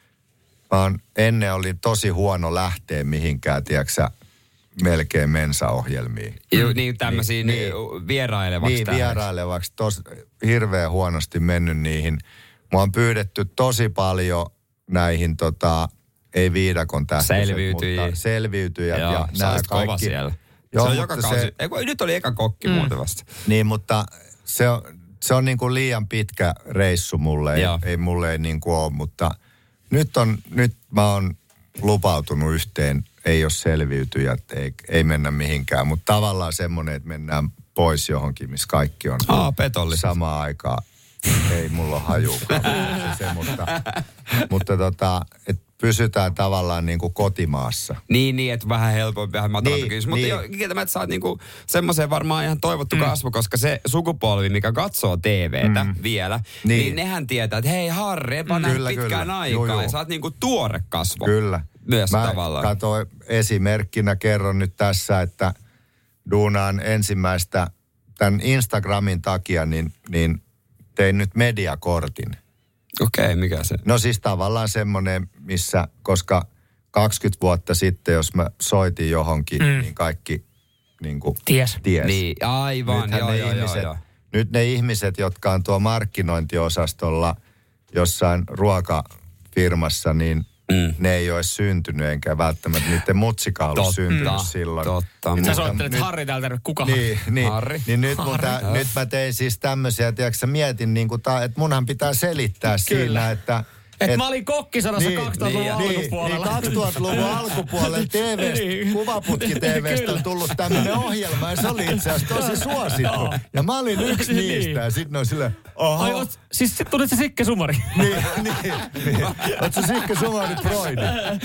mä oon, ennen oli tosi huono lähteä mihinkään, tiedätkö melkein mensaohjelmiin. Joo, niin tämmöisiä niin, vierailevaksi. Niin, vierailevaksi. Tos, hirveän huonosti mennyt niihin. Mua on pyydetty tosi paljon näihin, tota, ei viidakon tähtiset, selviytyjiä. mutta selviytyjät. Joo, ja sä olit kova siellä. Joo, se on joka kausi. Se, Eiku, nyt oli eka kokki mm. muuten vasta. Niin, mutta se on, se on niin kuin liian pitkä reissu mulle. Ei, ei mulle ei niin kuin ole, mutta nyt, on, nyt mä oon lupautunut yhteen. Ei ole selviytyjät, ei, ei mennä mihinkään, mutta tavallaan semmoinen, että mennään pois johonkin, missä kaikki on Aa, samaan aikaan. Ei mulla ole hajukaan, se, se, mutta, mutta tota, että pysytään tavallaan niin kuin kotimaassa. Niin, niin, että vähän helpompi, vähän matalampi niin, kysymys. Mutta niin. kieltämättä sä oot niinku semmoiseen varmaan ihan toivottu mm. kasvu, koska se sukupolvi, mikä katsoo T V:tä mm. vielä, niin. niin nehän tietää, että hei Harri, et mä mm. nähnyt pitkään kyllä. aikaa. Joo, joo. Ja sä oot niinku tuore kasvo. Kyllä. Myös mä tavallaan. Katsoin esimerkkinä, kerron nyt tässä, että duunaan ensimmäistä tämän Instagramin takia, niin, niin tein nyt mediakortin. Okei, okay, mikä se? No siis tavallaan semmoinen, missä, koska kaksikymmentä vuotta sitten, jos mä soitin johonkin, mm. niin kaikki niin kuin ties. ties. Niin, aivan, joo, ne joo, ihmiset, joo, joo. Nyt ne ihmiset, jotka on tuo markkinointiosastolla jossain ruokafirmassa, niin mm. ne ei ole syntynyt, enkä välttämättä niiden mutsika ollut syntynyt silloin. Totta. Sä soittelet Harri täältä, kuka niin, niin, Harri? Niin nyt, Harri. Tä, nyt mä tein siis tämmöisiä, tiedätkö mietin, niin kuin ta, että munhan pitää selittää Kyllä. siinä, että... Että et, mä olin kokkisanassa niin, kaksituhattaluvun niin, alkupuolella. Niin, kaksituhattaluvun alkupuolella T V:stä, niin. Kuvaputki T V:stä on tullut tämmöinen ohjelma ja se oli itse asiassa tosi suosittu. Ja mä olin yksi niin. niistä ja sitten on silleen, oho. Ai, oot, siis tunnet se Sikke Sumari? niin, niin, niin. Oot se Sikke Sumari Broidi?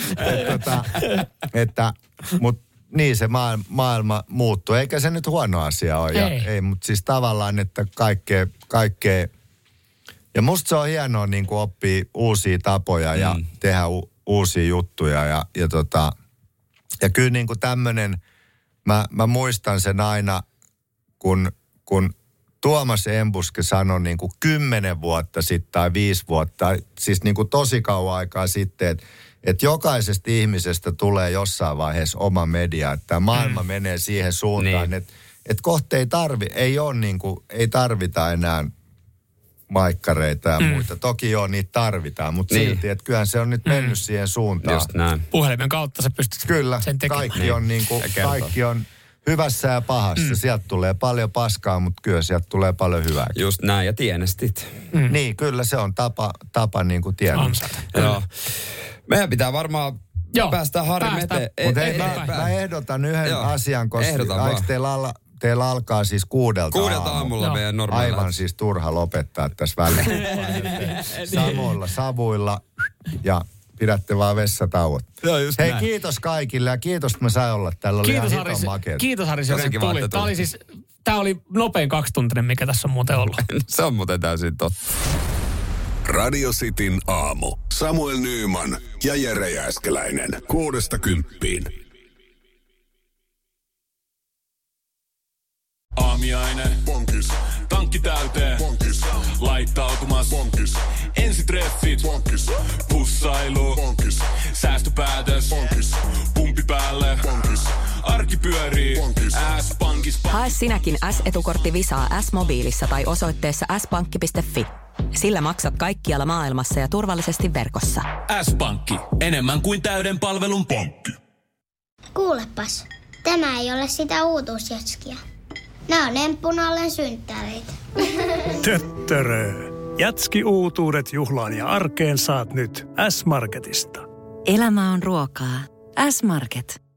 Että, että, mut niin se maailma, maailma muuttuu. Eikä se nyt huono asia ole. Ja, ei, ei mutta siis tavallaan, että kaikkea, kaikkea ja musta se on hienoa niin kuin oppia uusia tapoja ja mm. tehdä u- uusia juttuja. Ja, ja, tota, ja kyllä niin kuin tämmöinen, mä, mä muistan sen aina, kun, kun Tuomas Embuske sanoi niin kuin kymmenen vuotta sitten tai viisi vuotta, siis niin kuin tosi kauan aikaa sitten, että että jokaisesta ihmisestä tulee jossain vaiheessa oma media, että tämä maailma mm. menee siihen suuntaan, niin. että et kohta ei tarvi, ei ole niin kuin, ei tarvita enää maikkareita ja mm. muita. Toki joo, niitä tarvitaan, mutta niin. silti, että kyllähän se on nyt mennyt mm. siihen suuntaan. Just näin. Puhelimen kautta sä pystyt Kyllä, sen tekemään. kaikki niin. on, niin kuin, kaikki on hyvässä ja pahassa. Mm. Sieltä tulee paljon paskaa, mutta kyllä sieltä tulee paljon hyvää. Just näin, ja tienestit. Mm. Niin, kyllä se on tapa, tapa niin kuin tienestää. Joo. Meidän pitää varmaan Joo, päästä Harri Mete. Mutta mä, mä ehdotan yhden Joo. asian, koska teillä, alla, teillä alkaa siis kuudelta Kuudelta aamulla Joo. meidän normaali. Aivan siis turha lopettaa tässä väliin. Samoilla savuilla ja pidätte vaan vessatauot. Joo, just Hei, näin. Kiitos kaikille ja kiitos, että mä sain olla. Täällä oli kiitos, ihan hiton makeeta. Kiitos Harri, että tuli. Tämä oli siis, tämä oli nopein kaksituntinen, mikä tässä on muuten ollut. Se on muuten täysin totta. Radio Cityn aamu. Samuel Nyyman ja Jere Jääskeläinen. Kuudesta kymppiin. Aamiaine. Bonkis. Tankki täyteen. Bonkis. Laittautumas. Bonkis. Ensitreffit. Bonkis. Pussailu. Bonkis. Säästöpäätös. Bonkis. Pumpi päälle. Bonkis. Arki pyörii. Bonkis. S-pankis. Hae sinäkin S-etukortti Visaa S-mobiilissa tai osoitteessa s pankki piste fi. Sillä maksat kaikkialla maailmassa ja turvallisesti verkossa. S-pankki. Enemmän kuin täyden palvelun pankki. Kuulepas, tämä ei ole sitä uutuusjatskia. Nämä on emppunallen synttäreitä. Töttörö. Jatski uutuudet juhlaan ja arkeen saat nyt S-Marketista. Elämä on ruokaa. S-Market.